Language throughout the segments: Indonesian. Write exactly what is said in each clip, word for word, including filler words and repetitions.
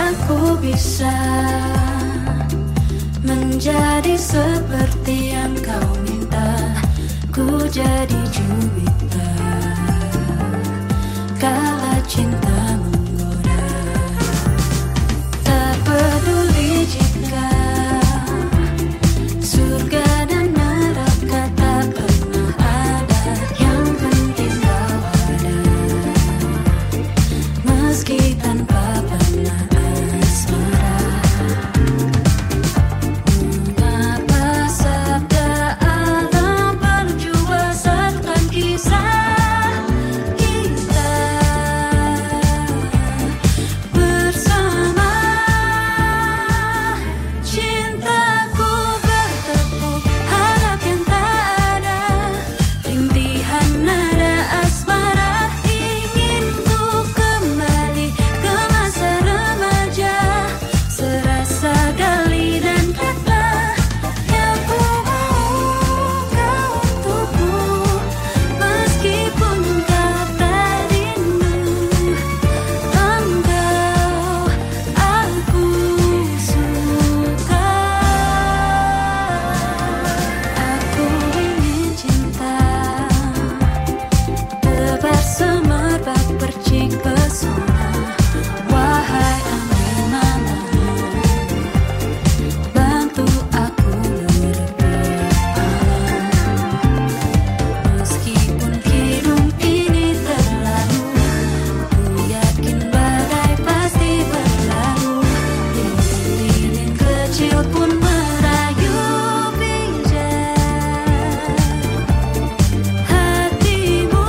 aku bisa menjadi seperti yang kau minta. Ku jadi Jupiter kala cinta menggoda. Tak peduli jika surga dan neraka tak pernah ada, yang penting kau ada, meski tanpa pernah asmara. Mengapa sabda alam berjuaskan kisah kita bersama? Cintaku bertepuk harap yang tak ada, rintihan nada asmara. Ingin ku kembali ke masa remaja, serasa gali dan kata yang ku mau kau untukku, meskipun kau tak rindu. Engkau aku suka. Aku ingin cinta tebar semerbak percik pesona. Wahai angin mana, bantu aku menepi alam. Meskipun hidup ini terlalu, ku yakin badai pasti berlalu. Lilin kecil pun merayu pijar hatimu.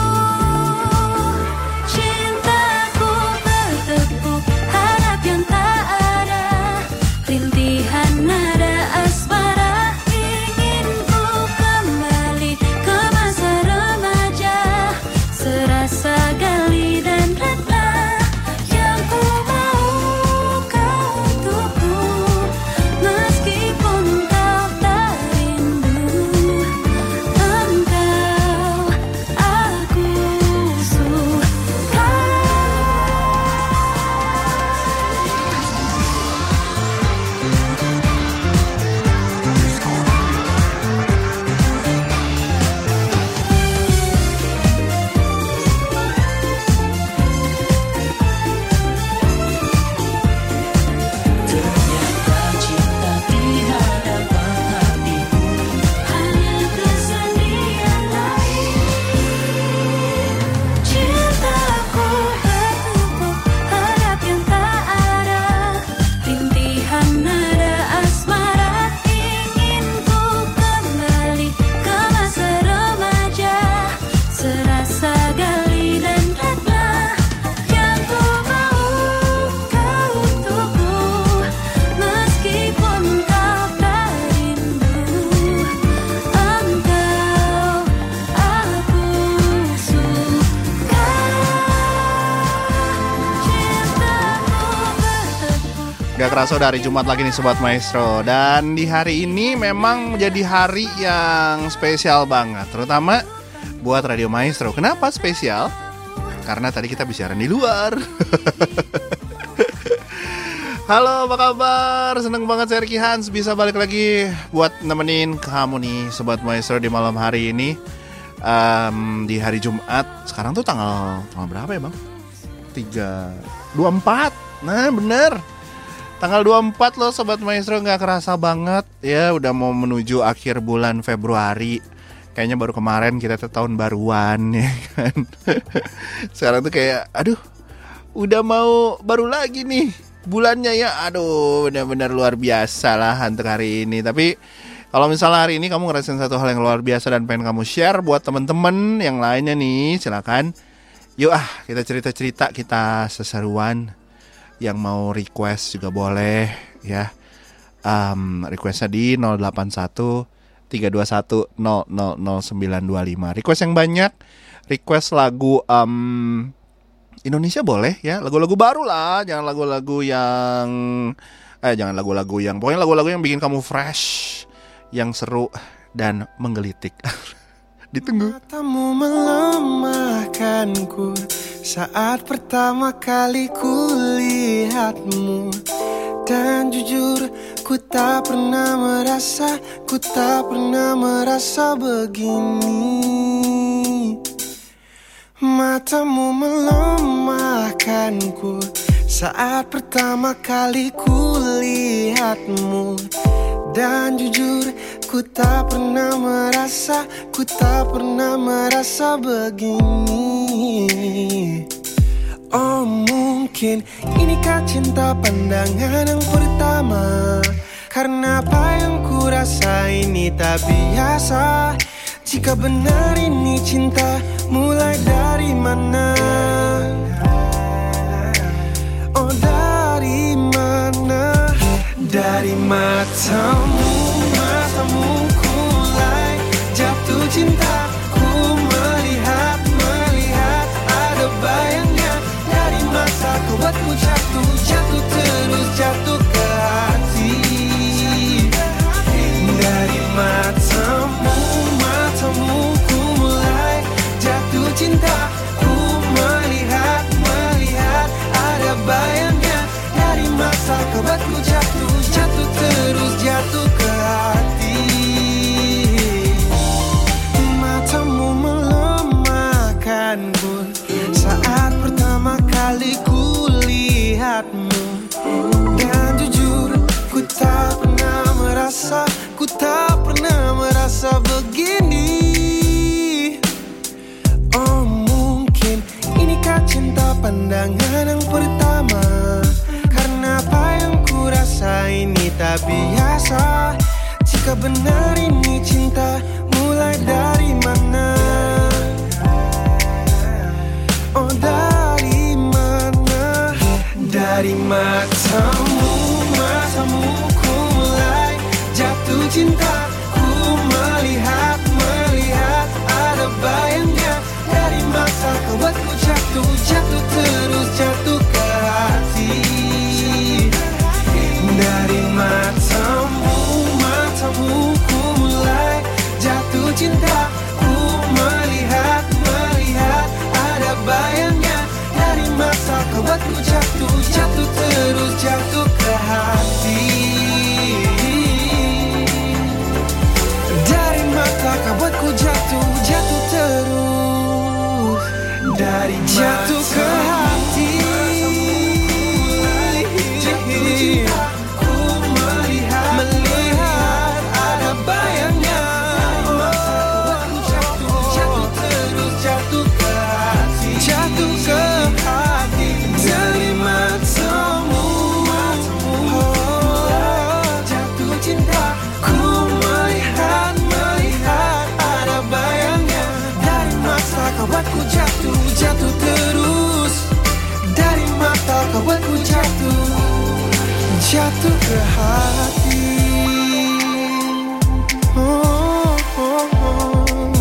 Cintaku bertepuk harap yang tak ada, rintihan nada asmara. Ingin ku kembali ke masa remaja, serasa gali dan rela yang ku mau kau untukku, meskipun kau tak rindu. Engkau aku suka. Ternyata cinta di hadapan hatiku hanya kesedihan lain. Cintaku bertepuk harap yang tak ada, rintihan nada asmara. Ingin ku kembali ke masa remaja, serasa gali dan rela yang ku mau kau untukku, meskipun kau tak rindu. Engkau aku suka. Cintaku bertepuk. Gak kerasa udah hari Jumat lagi nih Sobat Maestro. Dan di hari ini memang menjadi hari yang spesial banget, terutama buat Radio Maestro. Kenapa spesial? Karena tadi kita bisiaran di luar. Halo, apa kabar? Seneng banget saya Ricky Hans bisa balik lagi buat nemenin kamu nih Sobat Maestro di malam hari ini. Em, di hari Jumat. Sekarang tuh tanggal tanggal berapa ya Bang? tiga dua puluh empat. Nah bener, tanggal dua puluh empat loh Sobat Maestro. Gak kerasa banget ya, udah mau menuju akhir bulan Februari. Kayaknya baru kemarin kita tuh tahun baruan ya kan. Sekarang tuh kayak aduh, udah mau baru lagi nih bulannya ya. Aduh, benar-benar luar biasa lah untuk hari ini. Tapi kalau misalnya hari ini kamu ngerasain satu hal yang luar biasa dan pengen kamu share buat temen-temen yang lainnya nih, silakan. Yuk ah, kita cerita-cerita, kita seseruan. Yang mau request juga boleh ya. Um, requestnya di nol delapan satu tiga dua satu nol nol nol sembilan dua lima. Request yang banyak, request lagu um, Indonesia boleh ya, lagu-lagu baru lah, jangan lagu-lagu yang eh jangan lagu-lagu yang pokoknya lagu-lagu yang bikin kamu fresh, yang seru dan menggelitik. Ditunggu. Matamu melemahkanku saat pertama kali ku lihat. melihatmu. Dan jujur, ku tak pernah merasa, ku tak pernah merasa begini. Matamu melemahkanku saat pertama kali ku lihatmu. Dan jujur, ku tak pernah merasa, ku tak pernah merasa begini. Oh mungkin inikah cinta pandangan yang pertama, karena apa yang ku rasa ini tak biasa. Jika benar ini cinta, mulai dari mana? Oh dari mana? Dari matamu, matamu ku mulai jatuh cinta. Ku melihat, melihat ada bayangnya. Dari mata kau buatku jatuh, jatuh terus jatuh ke hati. Dari matamu, matamu ku mulai jatuh cinta. Ku melihat, melihat ada bayangnya. Dari mata kau buatku jatuh, jatuh terus jatuh ke hati. Matamu melemahkanku saat pertama kali ku lihatmu. Dan jujur, ku tak pernah merasa, ku tak pernah merasa begini. Oh mungkin inikah cinta pandangan yang pertama, karena apa yang ku rasa ini tak biasa. Jika benar ini cinta, mulai dari mana? Oh dari mana? Dari matamu, matamu ku mulai jatuh cinta. Ku melihat, melihat ada bayangnya. Dari mata kau buatku jatuh, jatuh terus jatuh ke hati. Dari matamu, matamu ku mulai jatuh cinta. Ku melihat, melihat ada bayangnya. Dari mata kau buatku jatuh, jatuh terus jatuh ke hati. Dari mata kau buatku jatuh, jatuh terus. Dari jatuh ke hati. Jatuh cinta. Ku melihat, melihat ada bayangnya. Jatuh, jatuh terus jatuh ke hati. Jatuh ke hati. Dari matamu, oh, jatuh cinta. Ku melihat, melihat ada bayangnya. Dari mata kau buatku jatuh, jatuh terus. Dari mata kau buatku jatuh, jatuh ke hati. Oh, oh, oh.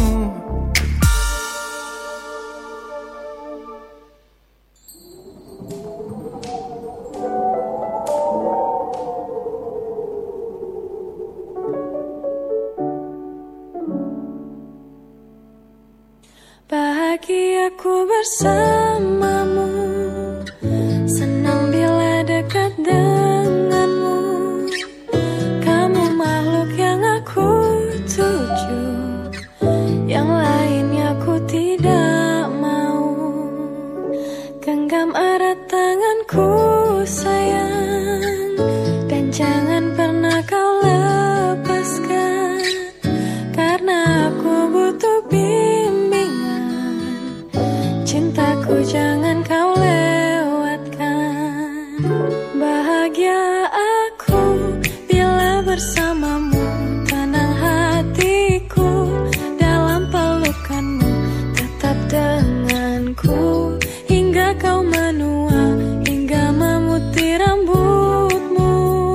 Bahagiaku bersamamu, senang bila dekat denganmu. Kamu makhluk yang aku tuju, yang lainnya ku tidak mau. Genggam erat tanganku sayang, dan jangan pernah kau lepaskan. Karena aku butuh bimbingan, cintaku jangan kau lewatkan. Bahagia aku bila bersamamu, tenang hatiku dalam pelukanmu. Tetap denganku hingga kau menua, hingga memutih rambutmu.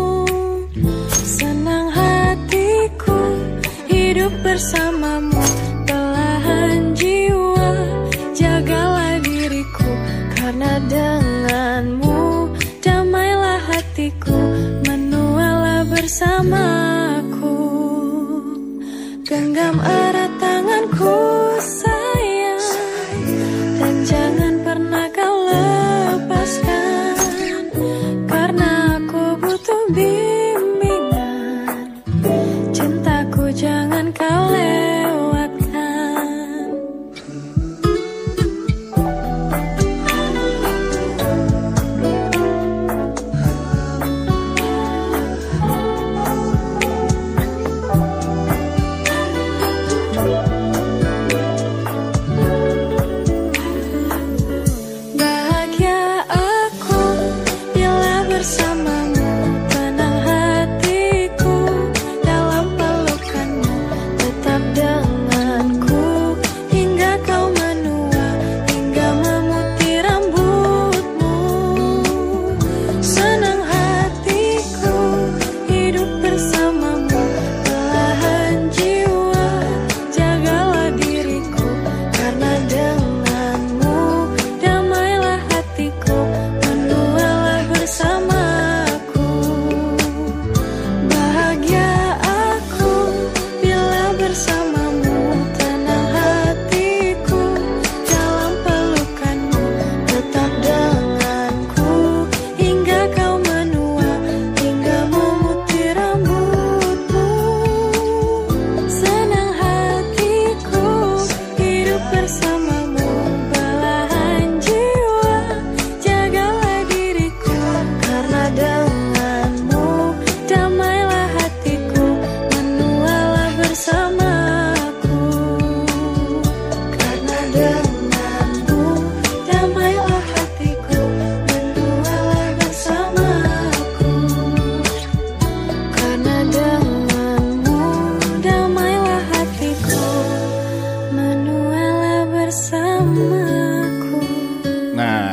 Senang hatiku hidup bersamamu, belahan jiwa jagalah diriku. Karena denganmu damailah hatiku, menualah bersamaku. Genggam erat tanganku sayang, dan jangan pernah kau lepaskan.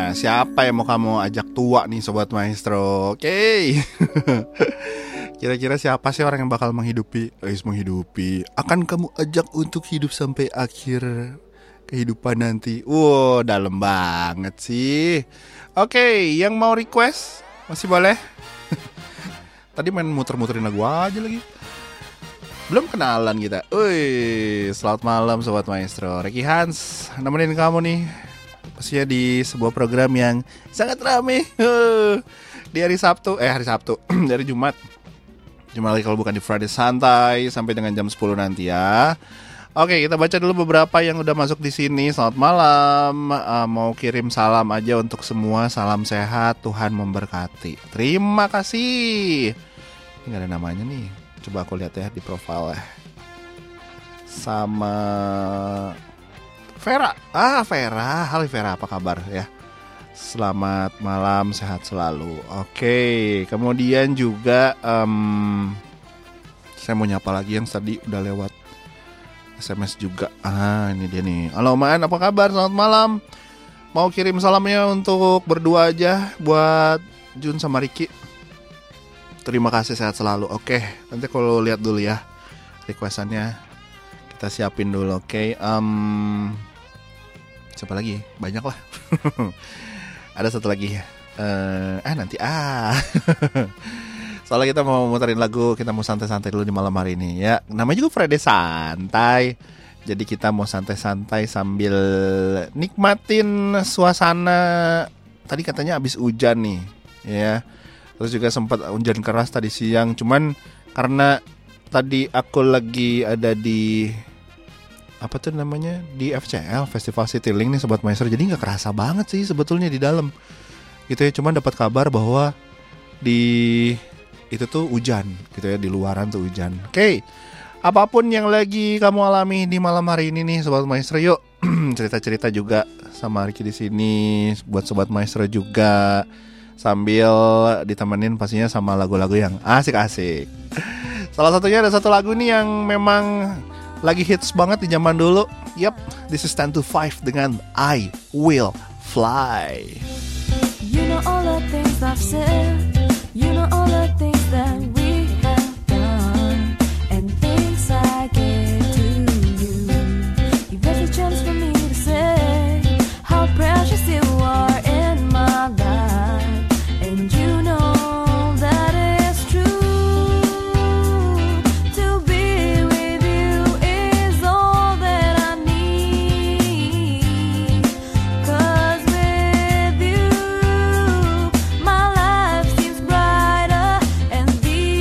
Nah, siapa yang mau kamu ajak tua nih Sobat Maestro? Oke okay. Kira-kira siapa sih orang yang bakal menghidupi eh, Menghidupi Akan kamu ajak untuk hidup sampai akhir kehidupan nanti. Wow, dalam banget sih. Oke, okay, yang mau request masih boleh. Tadi main muter-muterin lagu aja lagi. Belum kenalan kita. Wih, selamat malam Sobat Maestro. Ricky Hans nemenin kamu nih. Pastinya di sebuah program yang sangat rame. Di hari Sabtu, eh hari Sabtu, dari Jumat. Jumat lagi kalau bukan di Friday Santai sampai dengan jam sepuluh nanti ya. Oke, kita baca dulu beberapa yang udah masuk di sini. Selamat malam. Uh, mau kirim salam aja untuk semua. Salam sehat, Tuhan memberkati. Terima kasih. Ini gak ada namanya nih. Coba aku lihat ya di profile ya. Sama Vera. Ah, Vera. Halo Vera, apa kabar ya? Selamat malam, sehat selalu. Oke, kemudian juga um, saya mau nyapa lagi yang tadi udah lewat S M S juga. Ah, ini dia nih. Halo Man, apa kabar? Selamat malam. Mau kirim salamnya untuk berdua aja buat Jun sama Ricky. Terima kasih, sehat selalu. Oke, nanti kalau lihat dulu ya requestannya, kita siapin dulu. Oke, um, siapa lagi? Banyak lah. Ada satu lagi. Uh, ah nanti ah. Soalnya kita mau muterin lagu, kita mau santai-santai dulu di malam hari ini ya. Namanya juga Friday Santai. Jadi kita mau santai-santai sambil nikmatin suasana. Tadi katanya abis hujan nih, ya. Terus juga sempat hujan keras tadi siang. Cuman karena tadi aku lagi ada di apa tuh namanya, di F C L, Festival Citylink nih Sobat Maestro. Jadi gak kerasa banget sih sebetulnya di dalam gitu ya. Cuman dapat kabar bahwa di itu tuh hujan gitu ya, di luaran tuh hujan. Oke, okay. Apapun yang lagi kamu alami di malam hari ini nih Sobat Maestro, yuk cerita-cerita juga sama Ricky di sini buat Sobat Maestro juga, sambil ditemenin pastinya sama lagu-lagu yang asik-asik. Salah satunya ada satu lagu nih yang memang lagi hits banget di zaman dulu. Yep, this is ten to five dengan I Will Fly. You know all the things I've said, you know all the things that we have done, and things I gave to you. You gave the chance for me to say how precious you are in my life, and you know that it's true. To be with you is all that I need, 'cause with you my life seems brighter, and these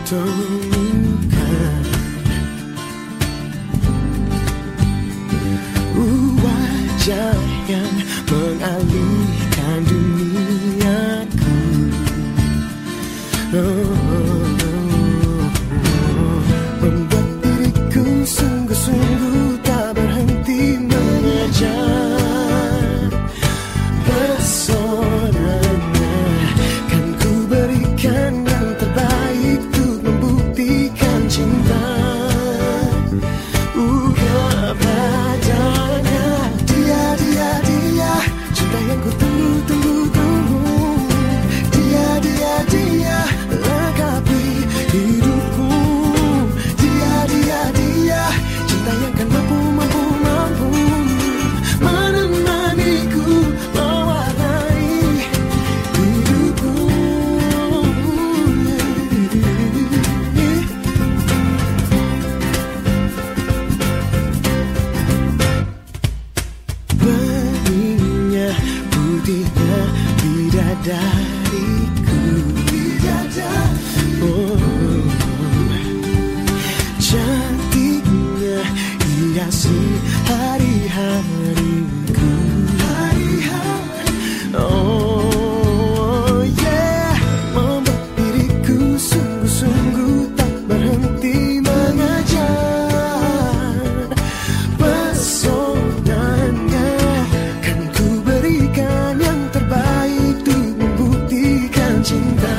temukan. uh, Wajah yang mengalihkan duniaku. oh, oh, oh. Membuat diriku sungguh-sungguh tak berhenti mengejar pesonanya. Kan ku berikan yang terbaik untuk membuktikan cinta uh, kepadanya. Dia, dia, dia, cinta yang ku tunggu, tunggu, tunggu. Dia, dia, dia, lengkapi hidupku. Dia, dia, dia, cinta yang kan mampu, mampu, mampu menemaniku, mewarnai hidupku. Beningnya, putihnya bidadariku. Oh, cantiknya hiasi hari-hariku. Oh yeah, membuat diriku sungguh-sungguh tak berhenti mengejar pesonanya. Kan ku berikan yang terbaik untuk membuktikan cinta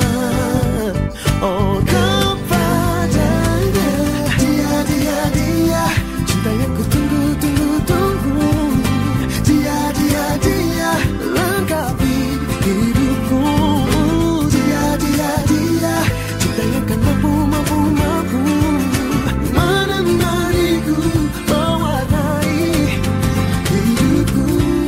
oh kepadanya. Dia, dia, dia, cinta yang ku tunggu, tunggu, tunggu. Dia, dia, dia, lengkapi hidupku. Dia, dia, dia, cinta yang kan mampu, mampu, mampu menemaniku, mewarnai hidupku.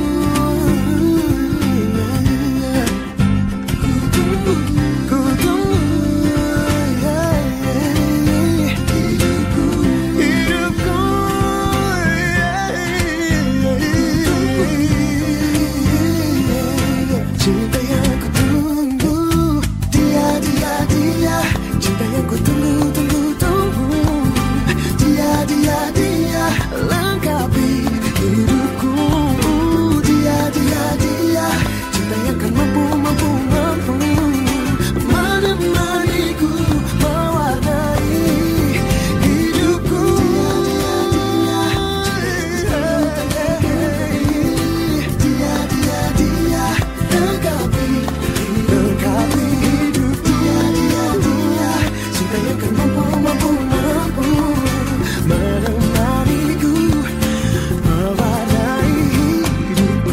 Ku tunggu, yeah, yeah. Hidupku, hidupku, yeah, yeah. Cinta yang ku tunggu. Dia, dia, dia, cinta yang ku tunggu, tunggu, tunggu. Dia, dia, dia, lengkapi hidupku. Dia, dia, dia, cinta yang kan mampu, mampu, mampu menemaniku, mewarnai hidupku. Dia, dia, dia, lengkapi, lengkapi hidup. Dia, dia, dia, cinta yang kan mampu, mampu, mampu menemaniku, mewarnai hidupku.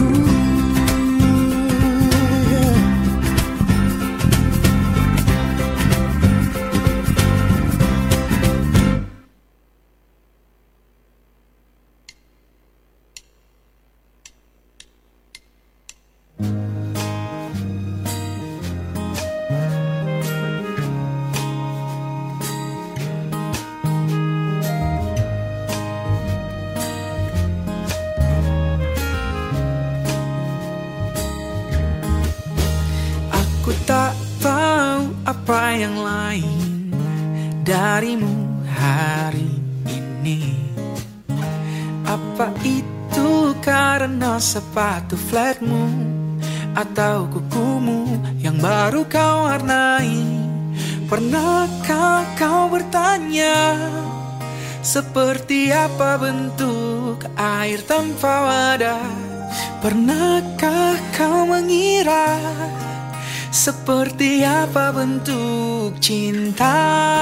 Aku tak tahu apa yang lain darimu hari ini. Apa itu karena sepatu flatmu atau kukumu yang baru kau warnai? Pernahkah kau bertanya seperti apa bentuk air tanpa wadah? Pernahkah kau mengira seperti apa bentuk cinta?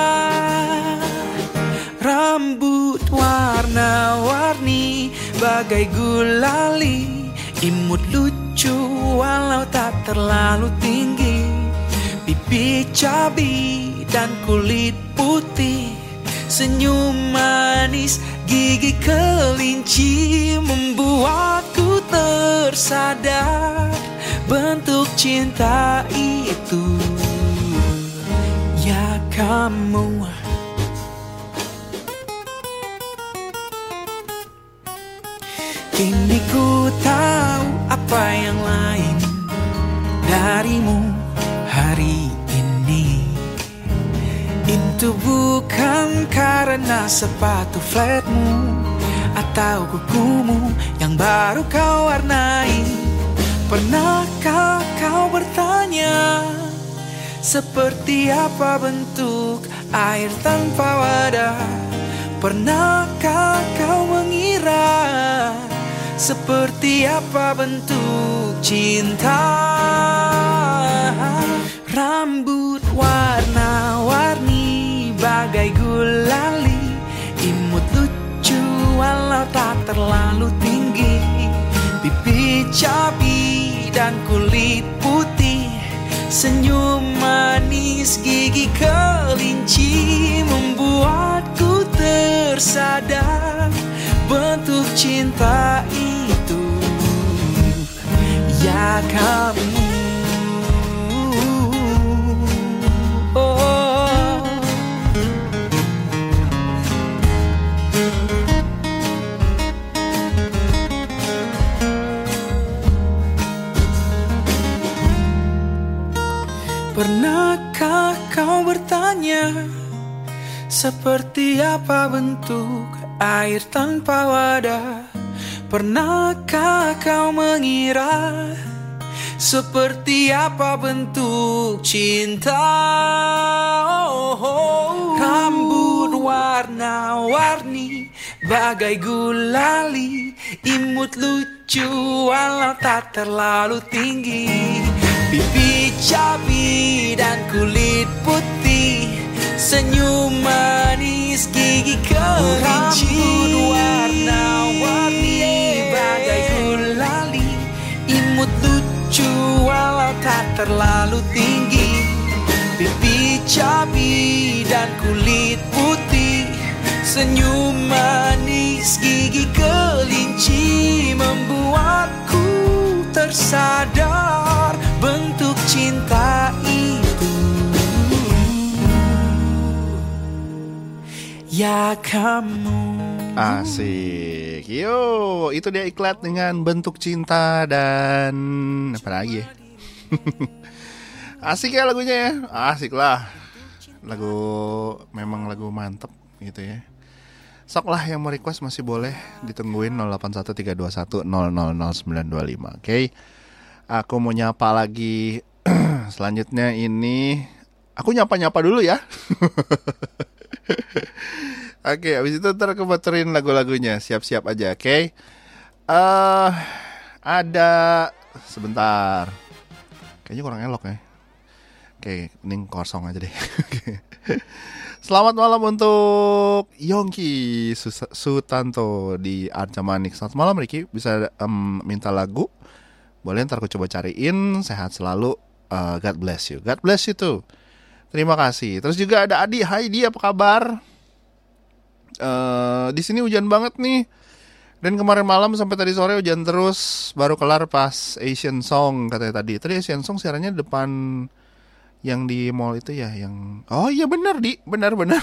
Rambut warna-warni bagai gulali, imut lucu walau tak terlalu tinggi. Pipi cabi dan kulit putih, senyum manis gigi kelinci membuatku tersadar bentuk cinta itu. Ya kamu, kini ku tahu apa yang lain darimu hari ini. Tentu bukan karena sepatu flatmu atau kukumu yang baru kau warnai. Pernahkah kau bertanya seperti apa bentuk air tanpa wadah? Pernahkah kau mengira seperti apa bentuk cinta? Rambut warna-warni bagai gulali, imut lucu walau tak terlalu tinggi. Pipi cabi dan kulit putih, senyum manis gigi kelinci, membuatku tersadar bentuk cinta itu. Ya kamu, oh. Pernahkah kau bertanya seperti apa bentuk air tanpa wadah? Pernahkah kau mengira seperti apa bentuk cinta? Oh, oh. Rambut warna-warni bagai gulali, imut lucu walau tak terlalu tinggi. Pipi cabi dan kulit putih, senyum manis gigi kelinci. Rambut warna-warni bagai gulali, imut lucu walau tak terlalu tinggi. Pipi cabi dan kulit putih, senyum manis gigi kelinci, membuatku tersadar bentuk cinta itu. Ya kamu. Asik. Yo, itu dia iklan dengan bentuk cinta dan apa lagi ya? Asik ya lagunya ya. Asik lah. Lagu memang lagu mantep gitu ya. Sok lah yang mau request masih boleh ditungguin nol delapan satu tiga dua satu nol nol nol sembilan dua lima. Oke. Okay? Aku mau nyapa lagi. Selanjutnya ini aku nyapa-nyapa dulu ya. Oke, okay, abis itu ntar aku baterin lagu-lagunya. Siap-siap aja, oke? Okay? Uh, ada sebentar. Kayaknya kurang elok ya. Oke, okay, mending kosong aja deh. Selamat malam untuk Yongki Sus- Sutanto di Arca Manik. Selamat malam Ricky, bisa um, minta lagu? Boleh ntar aku coba cariin. Sehat selalu. Uh, God bless you. God bless you too. Terima kasih. Terus juga ada Adi. Hai Di, apa kabar? Uh, di sini hujan banget nih. Dan kemarin malam sampai tadi sore hujan terus. Baru kelar pas Asian Song katanya tadi. Tadi Asian Song siarannya depan yang di mall itu ya, yang oh iya benar Di, benar-benar.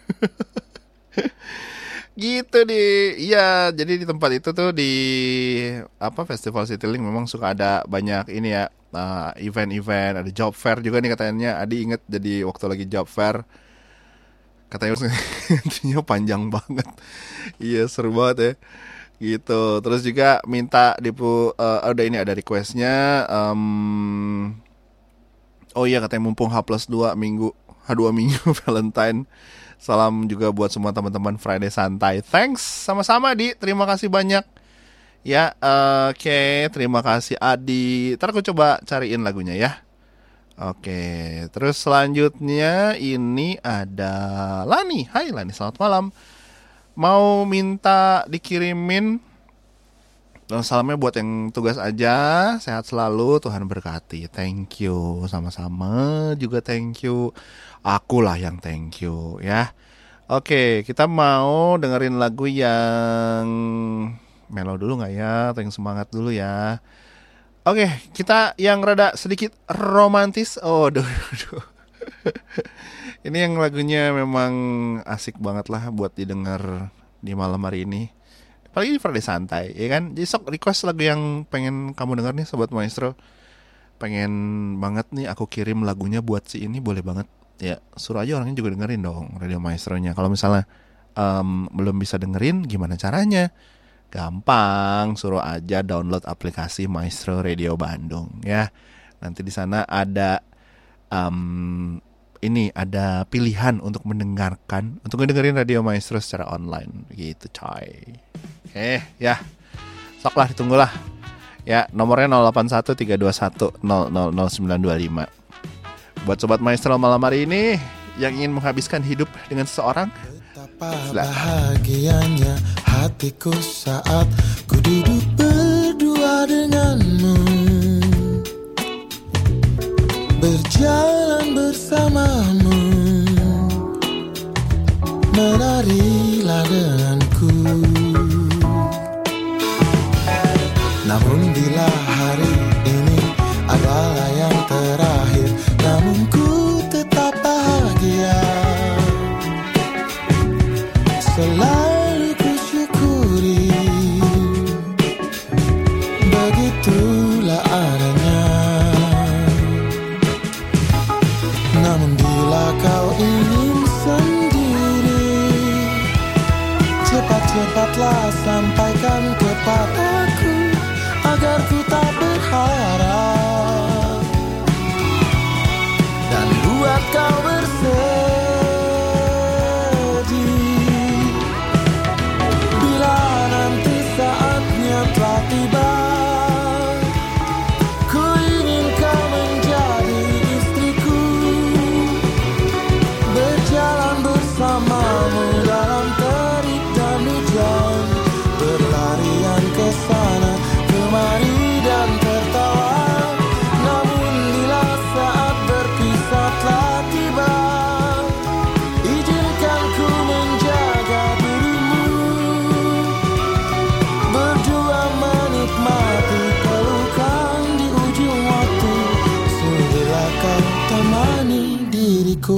Gitu di. Iya, jadi di tempat itu tuh di apa Festival Citylink memang suka ada banyak ini ya, uh, event-event, ada job fair juga nih katanya. Adi inget jadi waktu lagi job fair katanya intinya panjang banget. Iya seru banget ya gitu. Terus juga minta dipu uh, ada ini ada requestnya um, oh iya katanya mumpung H plus dua minggu H dua minggu Valentine. Salam juga buat semua teman-teman Friday Santai. Thanks sama-sama Di, terima kasih banyak. Ya uh, oke okay. Terima kasih Adi. Ntar aku coba cariin lagunya ya. Oke, terus selanjutnya ini ada Lani. Hai Lani, selamat malam. Mau minta dikirimin salamnya buat yang tugas aja. Sehat selalu, Tuhan berkati. Thank you, sama-sama juga thank you. Aku lah yang thank you ya. Oke, kita mau dengerin lagu yang mellow dulu gak ya? Atau yang semangat dulu ya? Oke, kita yang rada sedikit romantis. Oh, duh, duh. Ini yang lagunya memang asik banget lah buat didengar di malam hari ini. Apalagi di Friday Santai, ya kan? Jadi sok request lagu yang pengen kamu dengar nih, Sobat Maestro. Pengen banget nih aku kirim lagunya buat si ini, boleh banget. ya suruh aja orangnya juga dengerin dong Radio Maestro-nya. Kalau misalnya um, belum bisa dengerin, gimana caranya? Gampang, suruh aja download aplikasi Maestro Radio Bandung ya. Nanti di sana ada um, ini ada pilihan untuk mendengarkan, untuk mendengarin Radio Maestro secara online gitu coy. Eh ya, sok lah ditunggulah. Ya, nomornya nol delapan satu tiga dua satu nol nol nol sembilan dua lima. Buat Sobat Maestro malam hari ini yang ingin menghabiskan hidup dengan seseorang, betapa bahagianya hatiku saat ku duduk berdua denganmu, berjalan bersamamu, menarilah denganku. Namun bila hari ini adalah yang terakhir, namun ku tetap bahagia. Selalu ku syukuri, begitulah adanya. Namun bila kau ingin sendiri, cepat-cepatlah sampaikan kepadaku, agar ku tak berharap dan buat kau bersedih. Bila nanti saatnya telah tiba, ku ingin kau menjadi istriku, berjalan bersamamu dalam terik dan hujan, berlarian ke sana kemari dan tertawa. Namun bila saat berpisah telah tiba, izinkan ku menjaga dirimu, berdua menikmati pelukan di ujung waktu. Sudilah kau temani diriku.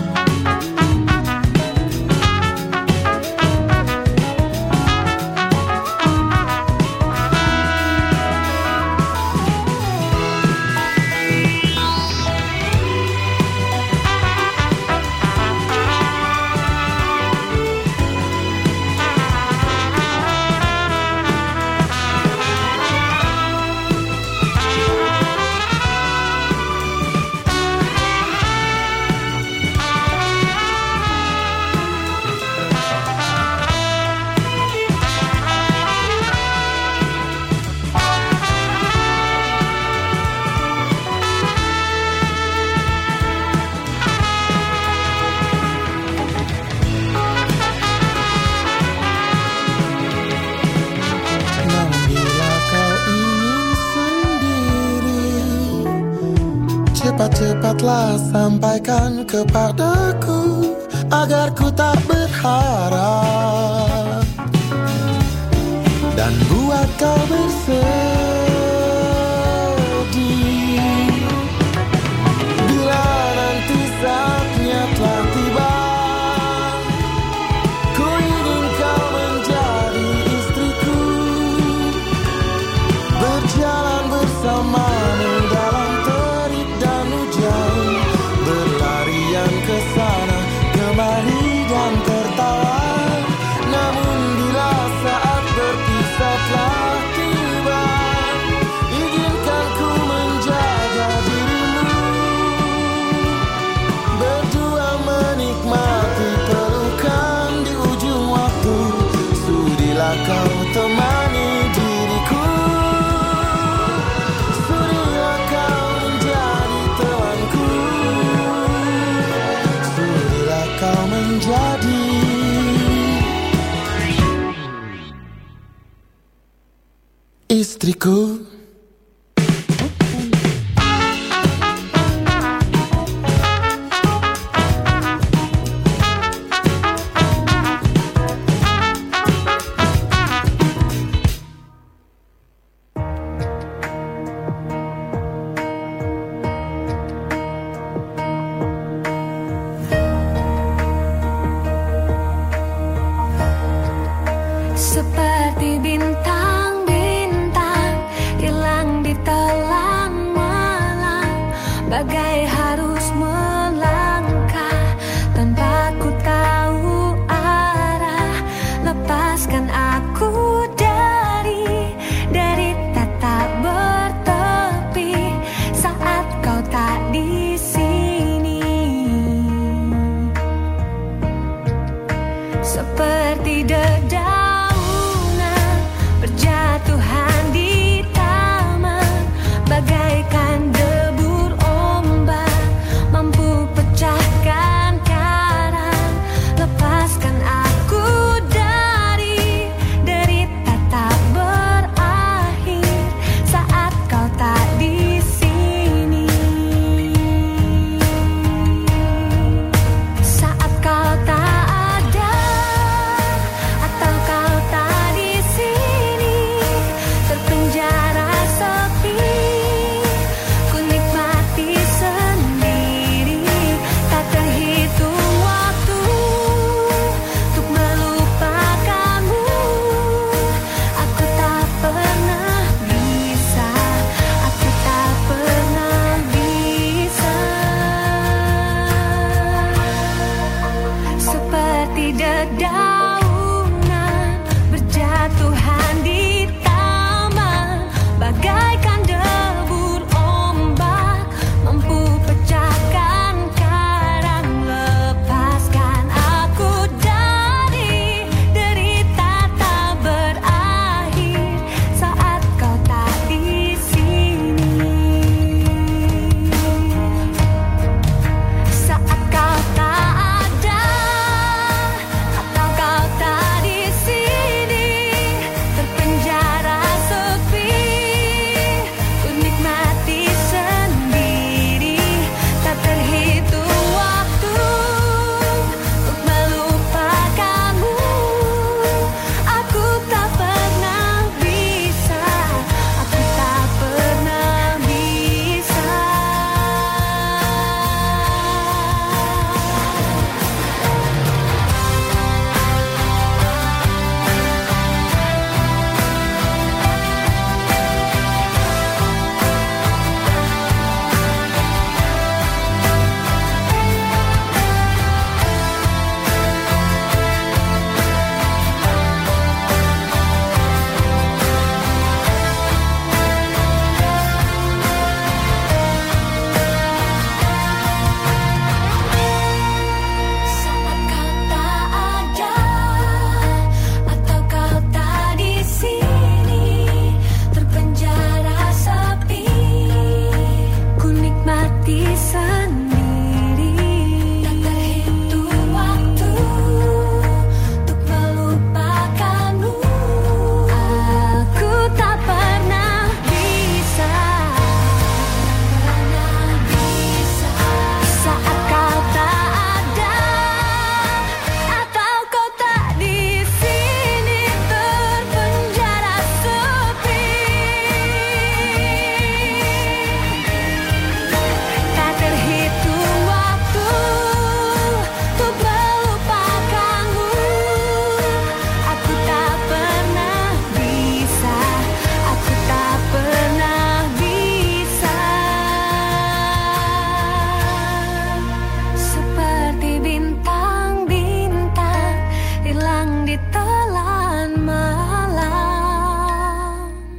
Cepat-cepatlah sampaikan kepadaku, agar ku tak berharap dan buat kau bersedih. Bila nanti saatnya telah tiba, ku ingin kau menjadi istriku, berjalan bersamamu dalam terik dan hujan, berlarian ke sana kemari dan tertawa. Namun bila saat berpisah telah tiba, izinkan ku menjaga dirimu, berdua menikmati pelukan di ujung waktu. Sudilah kau temani diriku, sudilah kau menjadi temanku, sudilah kau menjadi istriku. Seperti bintang-bintang hilang di telan malam, bagai harus melangkah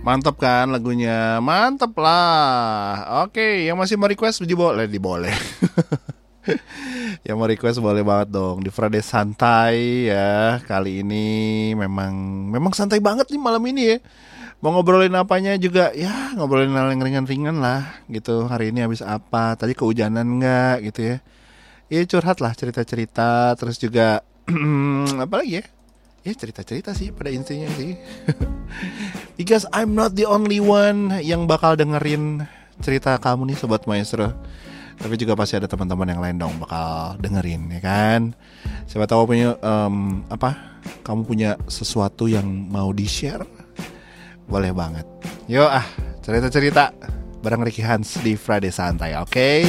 Mantap kan lagunya? Mantap lah. Oke, yang masih mau request boleh, diboleh. Yang mau request boleh banget dong. Di Friday Santai ya. Kali ini memang memang santai banget nih malam ini ya. Mau ngobrolin apanya juga ya, ngobrolin hal yang ringan-ringan lah gitu. Hari ini habis apa? Tadi kehujanan enggak gitu ya. Ya curhat lah, cerita-cerita. Terus juga apa lagi ya? Ya cerita-cerita sih pada intinya sih. Because I'm not the only one yang bakal dengerin cerita kamu nih Sobat Maestro. Tapi juga pasti ada teman-teman yang lain dong bakal dengerin ya kan. Siapa tahu punya um, apa? Kamu punya sesuatu yang mau di-share? Boleh banget. Yuk ah, cerita-cerita bareng Ricky Hans di Friday Santai, oke? Okay?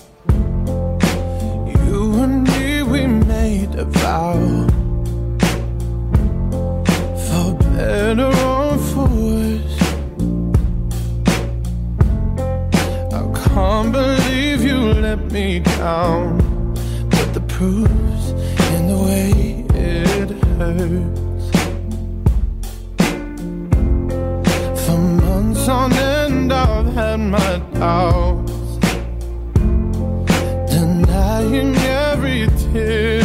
You and me, we made a vow. For better or for worse, I can't believe you let me down, but the proof's in the way it hurts. For months on end I've had my doubts, denying every tear.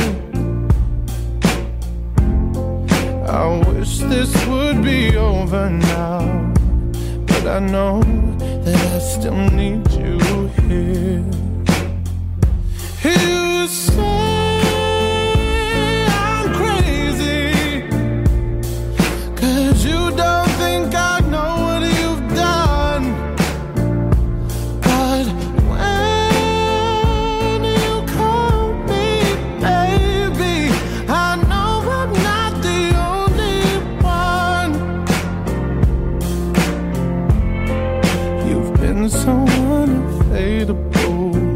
I wish this would be over now, but I know that I still need you here. You say I'm crazy, 'cause you don't think I know what you've done. But when you call me baby, I know I'm not the only one. You've been so unfadable.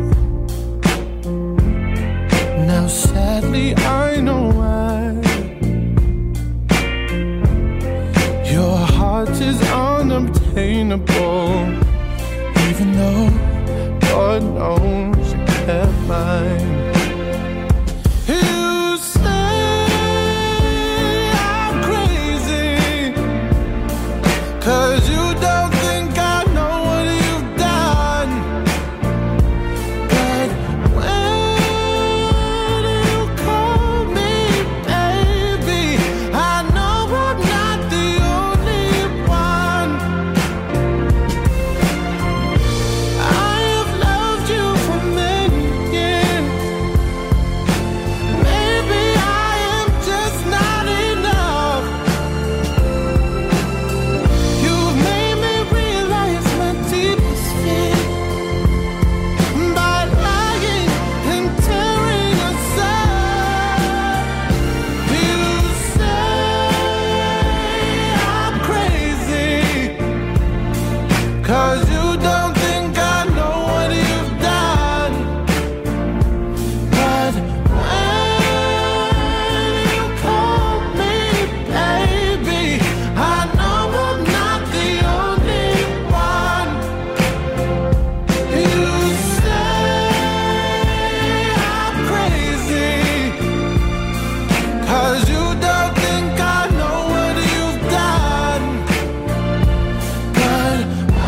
Now sadly I know why. Your heart is unobtainable, even though God knows you kept mine. You say I'm crazy, 'cause you don't think I know what you've done. But when you call me baby, I know I'm not the only one. I have loved you for many years. Maybe I am just not enough. You've made me realize my deepest fear by lying and tearing us up. You say I'm crazy, 'cause you don't think I know what you've done. But when you call me baby, I know I'm not the only one. You say I'm crazy, 'cause you don't think I know what you've done. But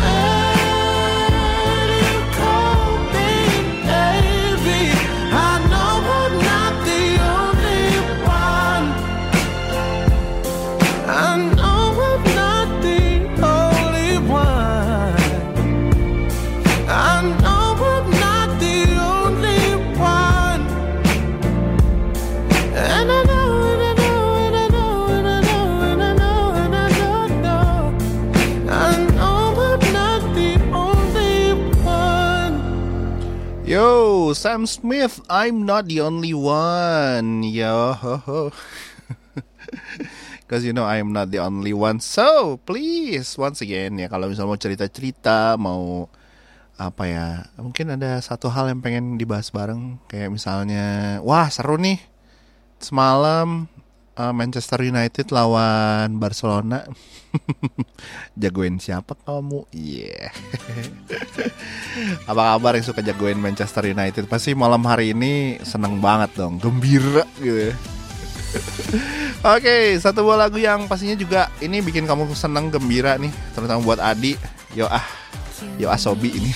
when you call me baby, I know I'm not the only one. I know I'm not the only one. I know I'm not the only one. And I know, and I know, and I know, and I know, and I know, and I don't know. I know I'm not the only one. Yo, Sam Smith, I'm not the only one. Yo, ho, ho. Because you know I'm not the only one. So please once again ya, kalau misalnya mau cerita-cerita, mau apa ya, mungkin ada satu hal yang pengen dibahas bareng. Kayak misalnya, wah seru nih semalam uh, Manchester United lawan Barcelona. Jagoin siapa kamu? Iya. Yeah. Apa kabar yang suka jagoin Manchester United? Pasti malam hari ini seneng banget dong, gembira gitu. Oke, satu buah lagu yang pastinya juga ini bikin kamu senang, gembira nih, terutama buat Adi. Yo ah, yo asobi ini.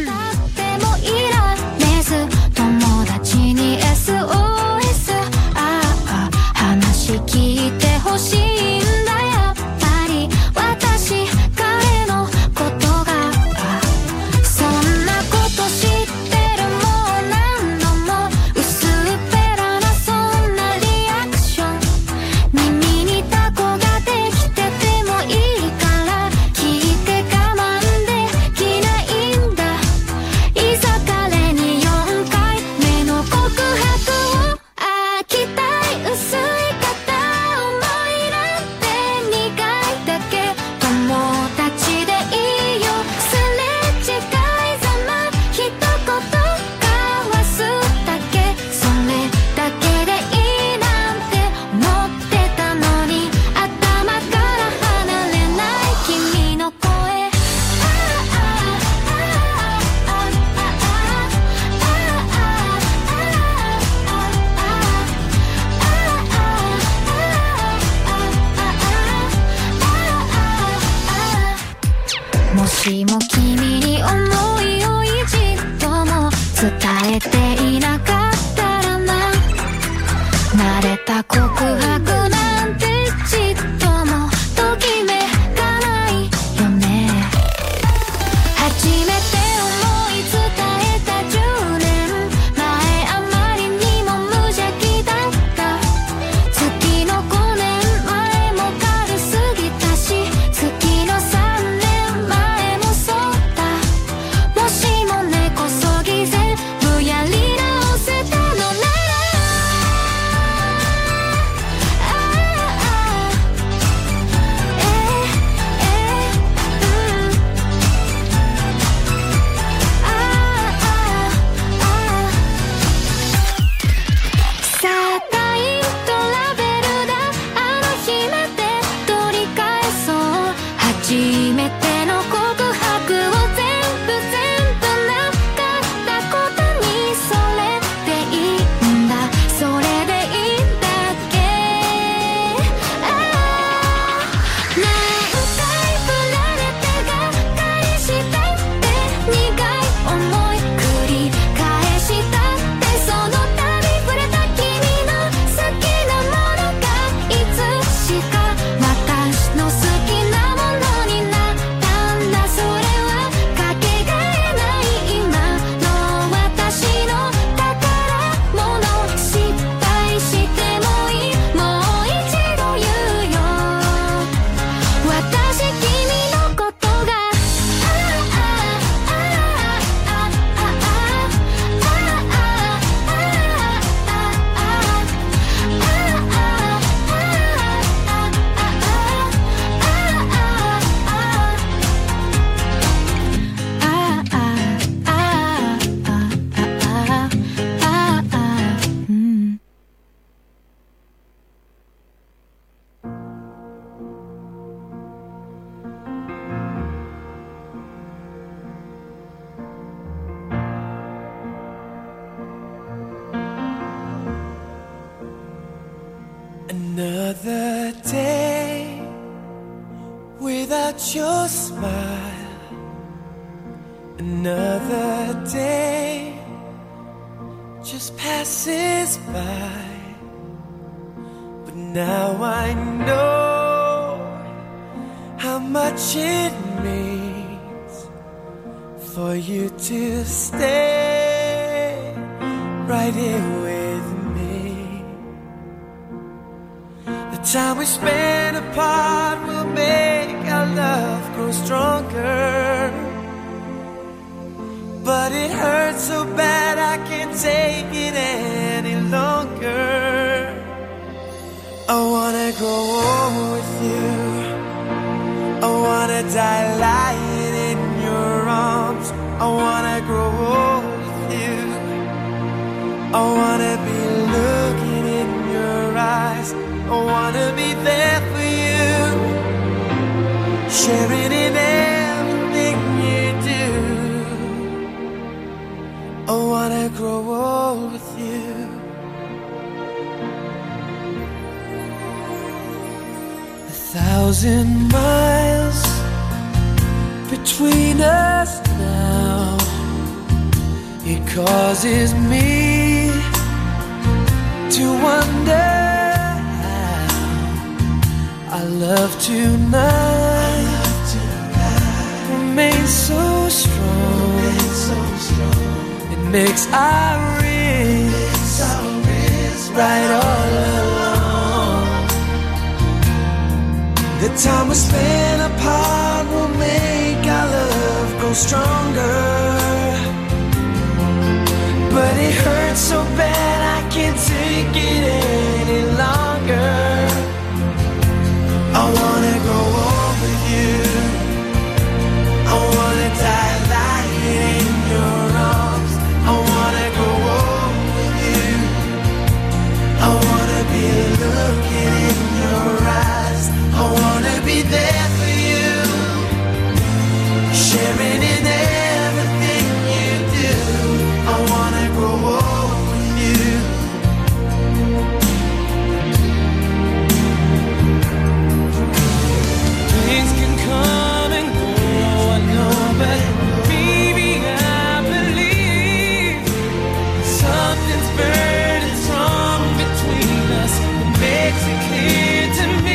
友達に エスオーエス ああ話聞いてほしいんだやっぱり私彼のことがそんなこと知ってるもう何度も薄っぺらなそんなリアクション耳にタコができててもいいから聞いて我慢できないんだいざ彼によんかいめの告白をあ期待薄い片思いなんて苦いだけ友達でいいよすれ違いざま一言交わすだけそれだけでいいなんて思ってたのに頭から離れない君の声もしも君に思いを一度も伝えていなかったらな慣れた告白なんてちっともときめかないよね初めて思い伝えたじゅうねんまえあまりにも無邪気だった月のごねんまえも軽すぎたし月のさんねんまえもそうだもしも根こそぎ全部やり直せたのならさあタイムトラベルだあの日まで取り返そう初めての告白を全部全部なかったことにそれでいいんだそれでいいんだっけああ何回振られてがっかりしたって苦い思い繰り返したってその度触れた君の好きなものがいつしか私の好きなものになったんだそれはかけがえない今の私の宝物失敗してもいいもう一度言うよ私君のことが Another day without your smile. Another day just passes by. But now I know how much it means for you to stay right here with me. The time we spend apart will make our love grow stronger. But it hurts so bad I can't take it any longer. I wanna grow old with you. I wanna die lying in your arms. I wanna grow old with you. I wanna be looking in your eyes. I wanna be there for you, sharing in everything you do. I wanna grow old with you. Thousand miles between us now. It causes me to wonder how our love tonight remains so strong. It makes our wrists right all along. The time we spend apart will make our love grow stronger. But it hurts so bad I can't take it any longer. I wanna grow old with you. I wanna die lying in your arms. I wanna grow old with you. I wanna be looking in your eyes. I wanna be there for you, sharing in everything you do. I wanna grow old with you. Things can come and go, I know, but baby I believe something's burning strong between us. It makes it clear to me.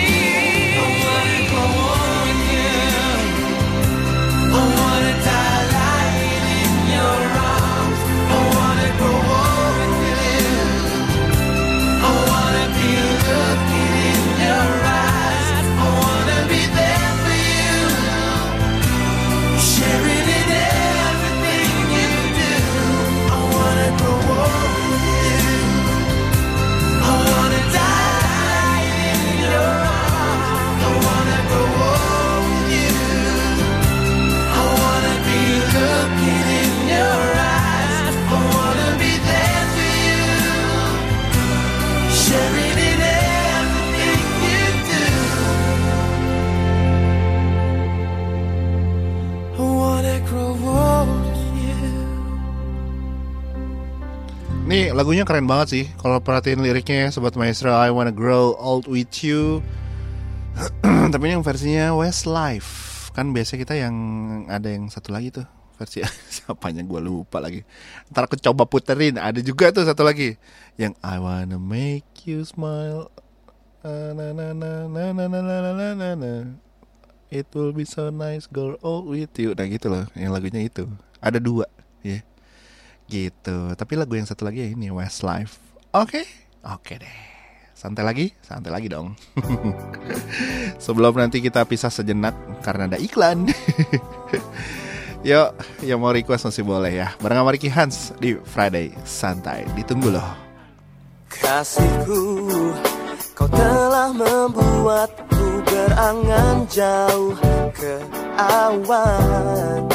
Nih lagunya keren banget sih. Kalau perhatiin liriknya Sobat Maestro, I wanna grow old with you. Tapi ini yang versinya Westlife. Kan biasa kita yang ada yang satu lagi tuh versi siapanya gue lupa lagi. Ntar aku coba puterin. Ada juga tuh satu lagi yang I wanna make you smile. Na na na na na na na na na na. It will be so nice grow old with you. Nah gitu loh. Yang lagunya itu ada dua ya. Yeah. Gitu. Tapi lagu yang satu lagi ya ini Westlife. Oke, okay? Oke okay deh. Santai lagi, santai lagi dong. Sebelum nanti kita pisah sejenak karena ada iklan. Yuk, yang mau request masih boleh ya. Bareng sama Ricky Hans di Friday Santai. Ditunggu loh. Kasihku, kau telah membuatku berangan jauh ke awan.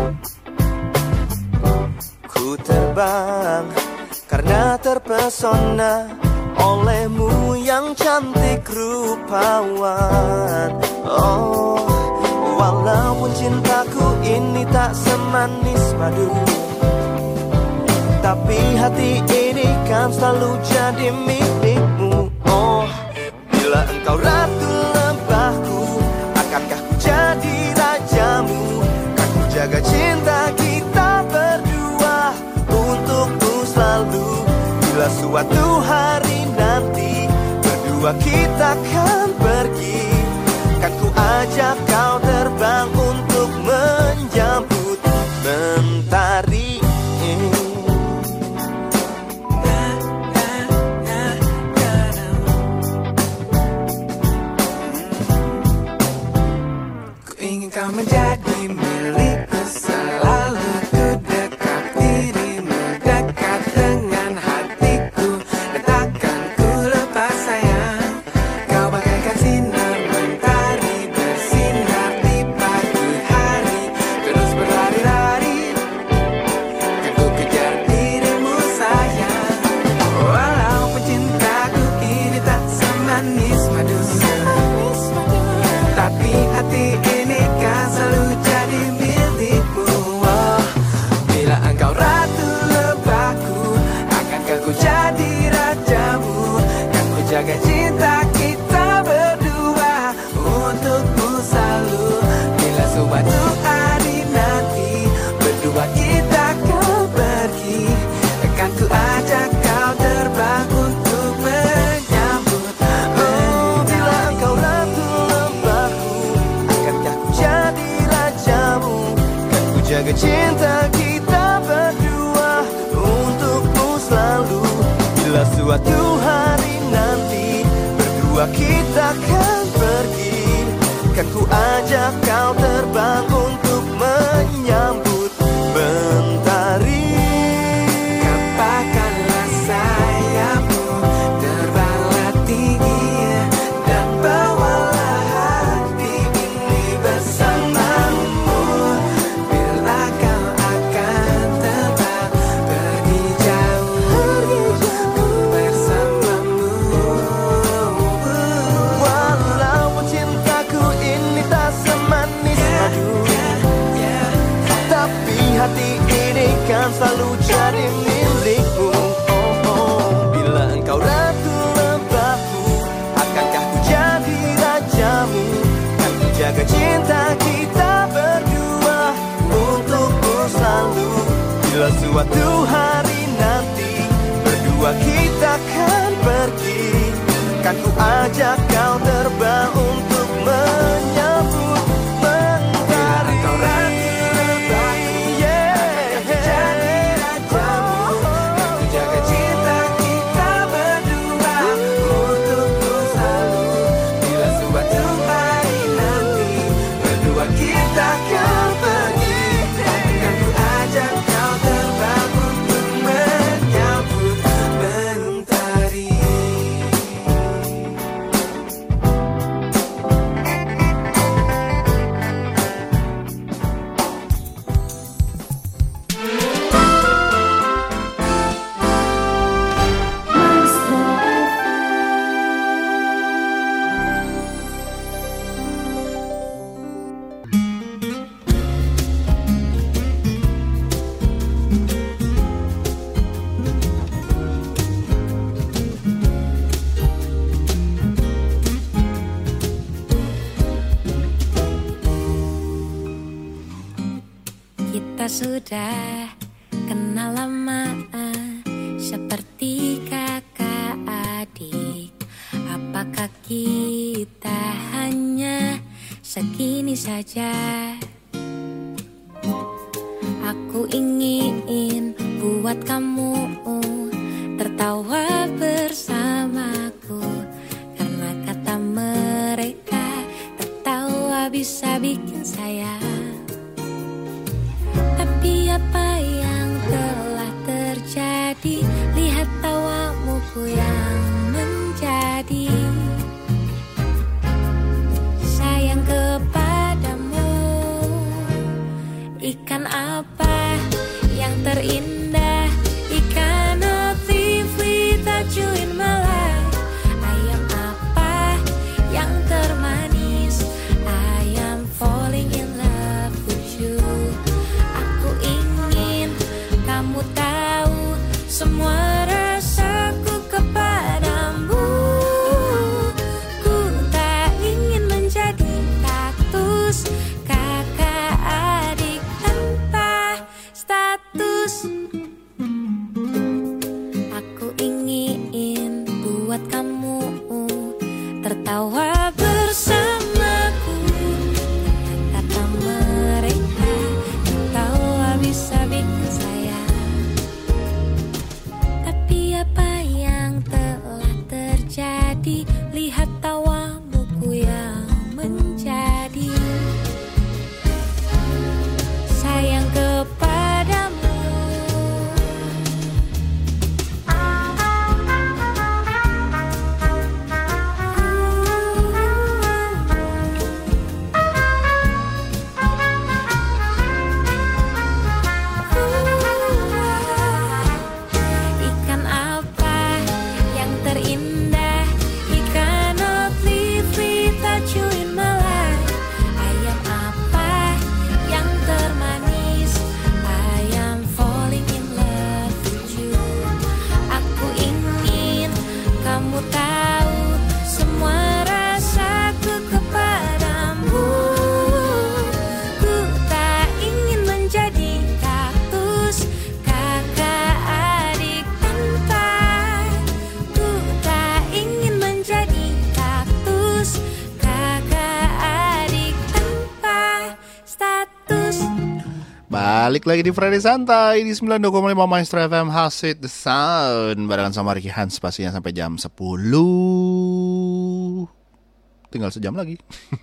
Ku terbang karena terpesona olehmu yang cantik rupawan. Oh, walaupun cintaku ini tak semanis madu, tapi hati ini kan selalu jadi milikmu. Oh, bila engkau ratu lembahku, akankah ku jadi rajamu? Kan ku jaga cinta kita berdua untukmu selalu. Bila suatu hari nanti berdua kita kan pergi, kan ku ajak kau terbang untuk menjemput mentari. Ku ingin kau menjadi milikku selalu. Ku dekat dirimu, dekat dengan hatiku, dan takkan ku lepas sayang. Kau bagai Bila suatu hari nanti berdua kita kan pergi, kan ku ajak kau terbang untuk menyambut mentari. Kapakkanlah sayapmu, terbanglah tinggi, dan bawalah hati ini bersamamu. Bila kau akan terbang pergi jauh, ku bersamamu. Walaupun cintaku ini tak semanis madu, tapi hati ini kan selalu jadi milikmu. Oh, oh. Bila engkau ratu lembahku, akankah ku jadi rajamu? Kan ku jaga cinta kita berdua untukmu selalu. Bila suatu hari nanti berdua kita kan pergi, kan ku ajak kau terbang untuk menyambut mentari. Kau ratu lembahku, Yeah. jadi rajamu. Kan ku jaga cinta kita berdua untukmu selalu. Bila suatu hari nanti berdua kita kan pergi, kan ku ajak kau terbang untuk menyambut mentari. Kita sudah kenal lama, seperti kakak adik. Apakah kita hanya segini saja? Aku ingin buat kamu tertawa bersamaku, karena kata mereka tertawa bisa bikin sayang. Tapi apa yang telah terjadi? Lihat tawamu ku yang menjadi sayang kepadamu. Ikan apa yang terindah? Ikan Othivi tajuin Malai. Ayam apa yang termanis? I am falling in love with you. Aku ingin kamu tahu semua rasaku kepadamu. Ku tak ingin menjadi status kakak adik tanpa status. Aku ingin buat kamu tertawa bersamaku, karena kata mereka tertawa bisa bikin sayang. Tapi apa yang telah terjadi? Lihat tawamu ku yang menjadi sayang kepadamu. Ikan apa yang terindah? Ikan Balik lagi di Friday Santai di sembilan puluh dua koma lima Maestro F M Hasit The Sound. Barengan sama Ricky Hans pastinya sampai jam sepuluh. Tinggal sejam lagi.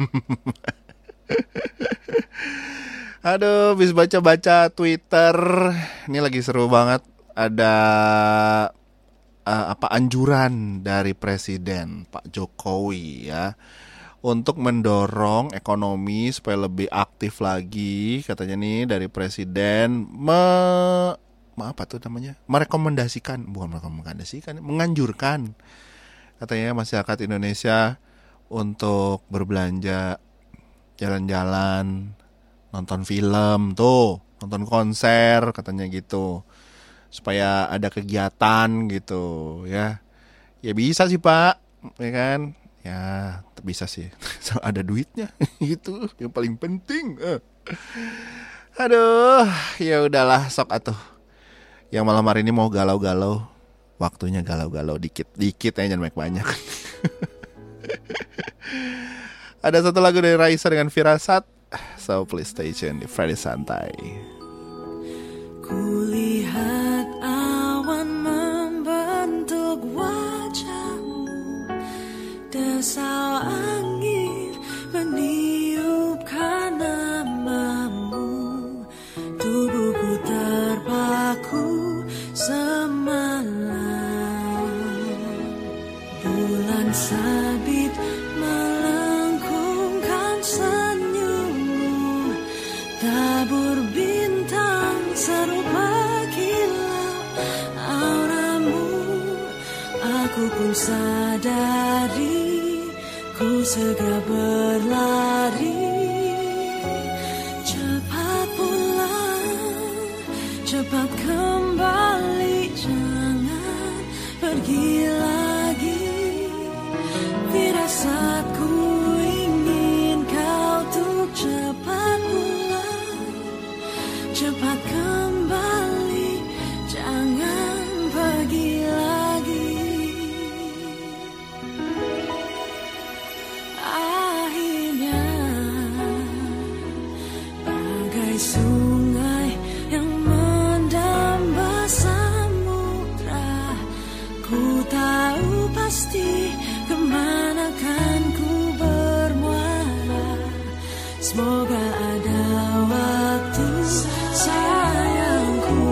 Aduh, habis baca-baca Twitter. Ini lagi seru banget. Ada uh, apa anjuran dari Presiden Pak Jokowi ya, untuk mendorong ekonomi supaya lebih aktif lagi. Katanya nih dari Presiden me, me apa tuh namanya? merekomendasikan, bukan merekomendasikan, menganjurkan katanya masyarakat Indonesia untuk berbelanja, jalan-jalan, nonton film tuh, nonton konser katanya gitu. Supaya ada kegiatan gitu ya. Ya bisa sih Pak, ya kan? Ya, bisa sih. Ada duitnya itu yang paling penting. Uh. Aduh, ya udahlah sok atuh. Yang malam hari ini mau galau-galau. Waktunya galau-galau dikit-dikit aja, jangan banyak-banyak. Ada satu lagu dari Raisa dengan Firasat. So please stay tune di Friday Santai. Kulihat awan membentuk wajahmu, desau angin meniupkan namamu, tubuhku terpaku semalam. Bulan sabit melengkungkan senyummu, tabur bintang serupa kilau auramu. Aku pun sadari, ku segera berlari. Cepat pulang, cepat kembali, jangan pergi lagi. Firasatku ingin kau tuh cepat pulang, cepat kembali, jangan pergi lagi. Akhirnya bagai sungai yang mendamba samudra, ku tahu pasti kemana kan ku bermuara. Semoga ada waktu sayangku,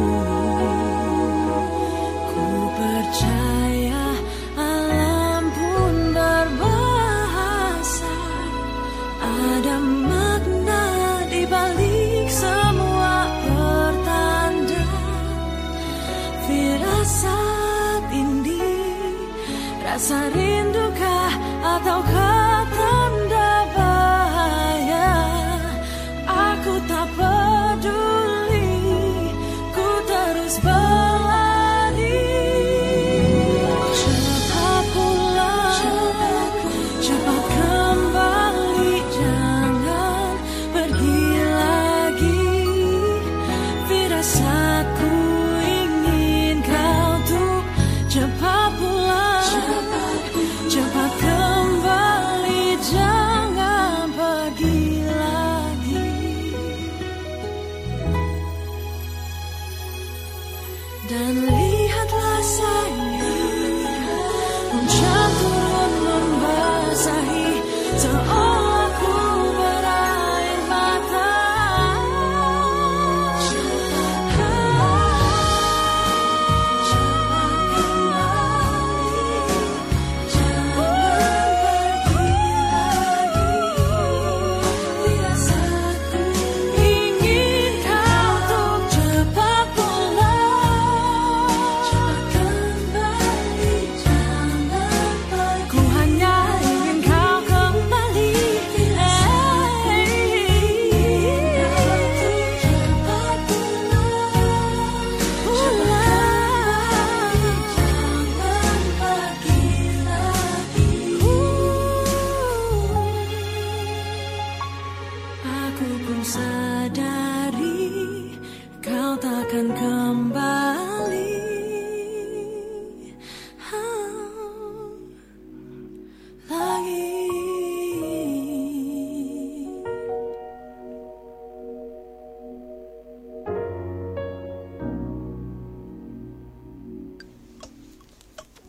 ku percaya alam pun berbahasa. Ada makna di balik semua pertanda. Firasat ini, rasa rindukah ataukah tanda bahaya? Aku tak peduli, ku terus berlari. Cepat pulang, cepat kembali, jangan pergi lagi. Firasatku ingin kau tuh cepat pulang, cepat kembali, jangan pergi lagi. Dan lihatlah sayang, hujan turun membasahi, seolah ku berair mata. Cepat kembali,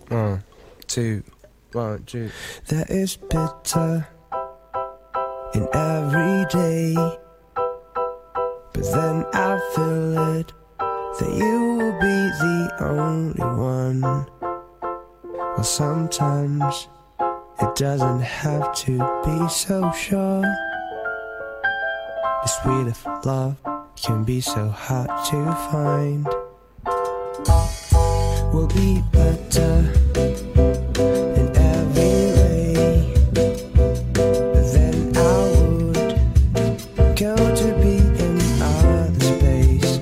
One, two, one, two. There is bitter in every day, but then I feel it, that you will be the only one. Well, sometimes it doesn't have to be so sure. The sweet of love can be so hard to find. We'll be better in every way, then I would go to be in other space.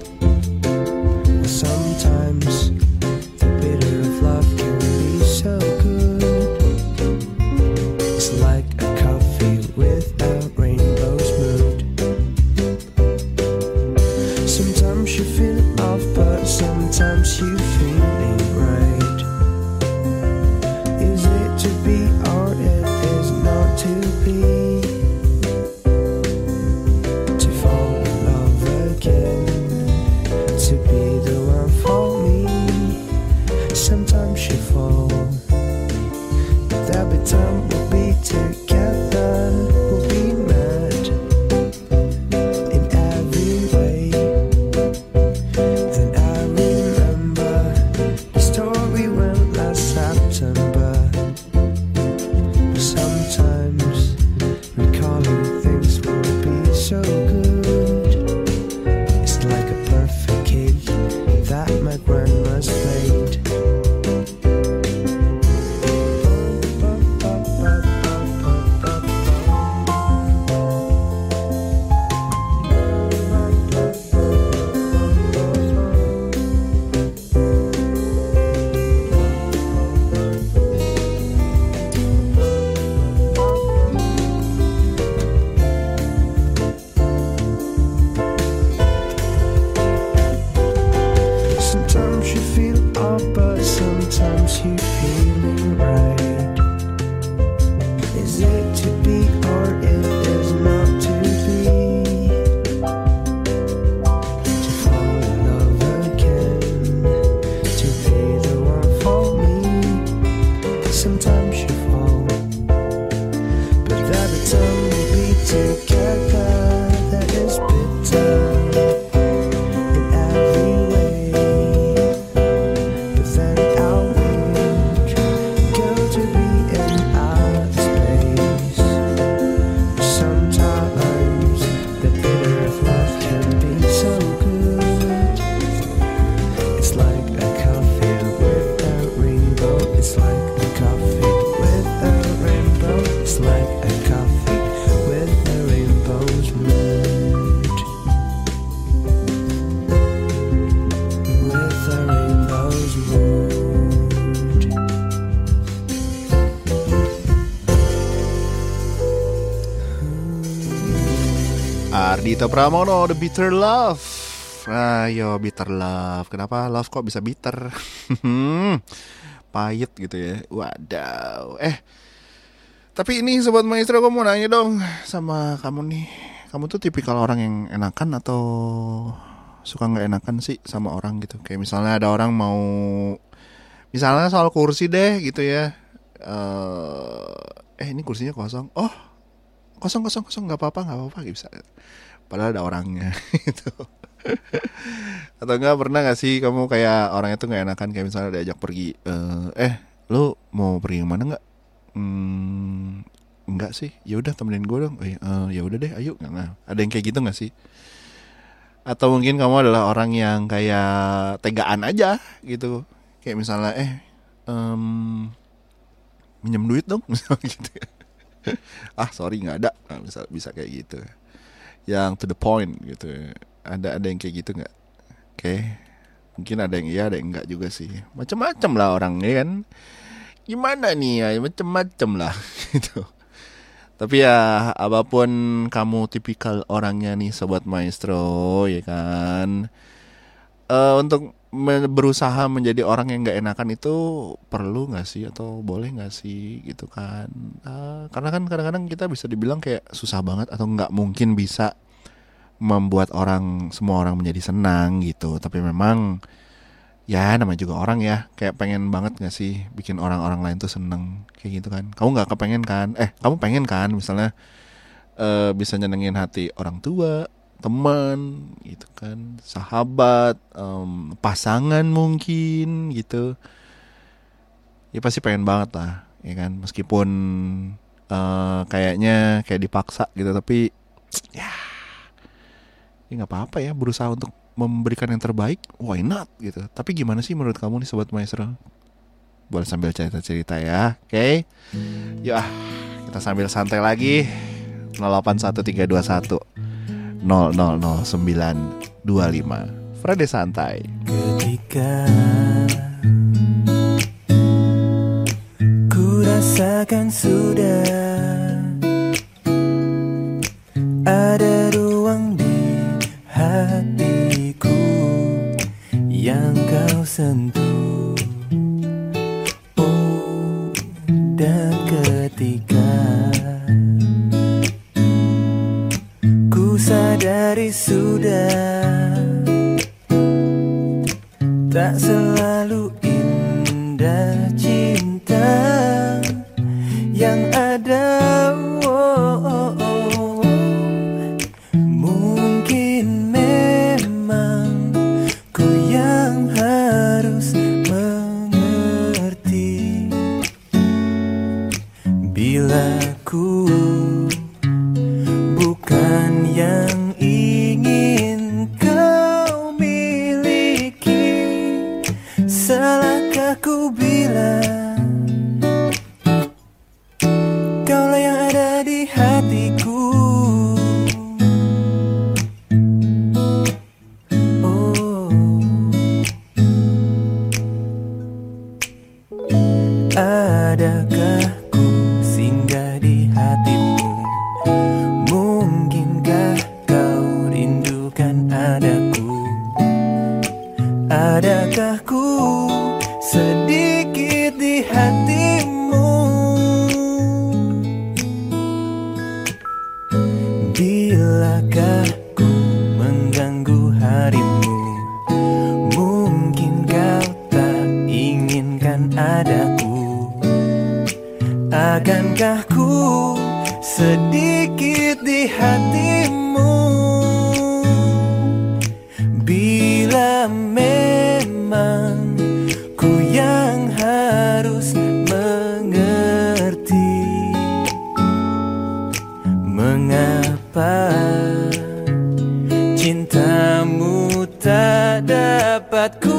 Sometimes the bitter of love can be so good. It's like a coffee without rainbow's mood. Sometimes you feel off, but sometimes you feel it right. Is it to be or it is not to be? To fall in love again, to be the one for me. Sometimes you fall, but there'll be time we'll be together. We'll be mad in every way. Then I remember the story went last September. Sometimes recalling things will be so good. It's like a perfect cake that my grandma's made. Sometimes you feel off, but sometimes you feeling right. Is it to be or it is not to be? To fall in love again, to be the one for me. Sometimes you fall, but that the time we'll be together. That is bitter in every way. But then I would go to be in outer space. Sometimes the bitter of love can be so good. It's like a coffee with a rainbow. It's like a coffee with a rainbow. It's like a coffee with a rainbow's mood. With a rainbow's mood. Ardhito Pramono, The Bitter Love. Ayo, Bitter Love. Kenapa love kok bisa bitter? Pahit gitu ya. Wadaw. Eh, tapi ini Sobat Maestro, aku mau nanya dong sama kamu nih. Kamu tuh tipikal orang yang enakan atau suka gak enakan sih sama orang gitu? Kayak misalnya ada orang mau, misalnya soal kursi deh gitu ya. Eh, eh ini kursinya kosong. Oh, kosong kosong kosong nggak apa-apa nggak apa-apa bisa. Padahal ada orangnya gitu. Atau enggak, pernah gak sih kamu kayak orang itu gak enakan, kayak misalnya diajak pergi, eh, eh lu mau pergi kemana nggak? Hmm, enggak sih, ya udah temenin gue dong. Eh, uh, ya udah deh, ayo. Nah, ada yang kayak gitu nggak sih? Atau mungkin kamu adalah orang yang kayak tegaan aja gitu, kayak misalnya eh um, minjem duit dong misalnya gitu ya. Ah sorry nggak ada, nah, bisa bisa kayak gitu, yang to the point gitu. Ada ada yang kayak gitu nggak? Oke, okay. Mungkin ada yang iya, ada yang enggak juga sih. Macam-macam lah orangnya kan. Gimana nih ya, macam-macam lah gitu. Tapi ya apapun kamu tipikal orangnya nih Sobat Maestro, ya kan. Uh, untuk me- berusaha menjadi orang yang nggak enakan itu perlu nggak sih, atau boleh nggak sih gitu kan? Uh, karena kan kadang-kadang kita bisa dibilang kayak susah banget atau nggak mungkin bisa membuat orang, semua orang menjadi senang gitu. Tapi memang ya namanya juga orang ya, kayak pengen banget gak sih bikin orang-orang lain tuh seneng kayak gitu kan. Kamu gak kepengen kan, eh kamu pengen kan misalnya uh, bisa nyenengin hati orang tua, teman gitu kan, sahabat, um, pasangan mungkin gitu. Ya pasti pengen banget lah ya kan, meskipun uh, kayaknya kayak dipaksa gitu, tapi ya ya nggak apa-apa ya, berusaha untuk memberikan yang terbaik, why not gitu. Tapi gimana sih menurut kamu nih Sobat Maestro? Boleh sambil cerita-cerita ya, oke? Okay? Yuk ah, kita sambil santai lagi. nol delapan satu tiga dua satu nol nol nol sembilan dua lima Friday Santai. Ketika ku rasakan sudah ada ruang di hatiku yang kau sentuh. Oh, dan ketika ku sadari sudah tak selalu indah cinta yang ada. Oh, oh, oh. Mungkin memang ku yang harus mengerti bila ku bukan yang ingin kau miliki. Salahkah ku bilang kaulah yang ada di hatiku. Oh, adakah ku singgah di hatimu? Mungkinkah kau rindukan adaku? Adakah ku sedikit di hatimu? Bilakah ku mengganggu harimu? Mungkin kau tak inginkan adaku. Akankah ku sedikit di hatimu? Bila memang ku yang harus mengerti mengapa cintamu tak dapat ku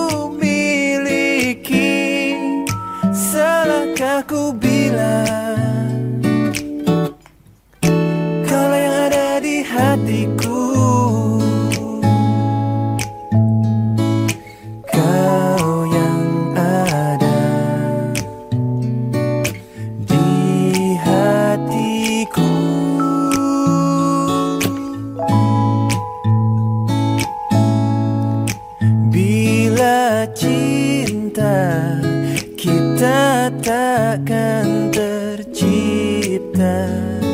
miliki. Salahkah ku bilang kaulah yang ada di hatiku? Kau yang ada di hatiku. Bila cinta kita takkan tercipta,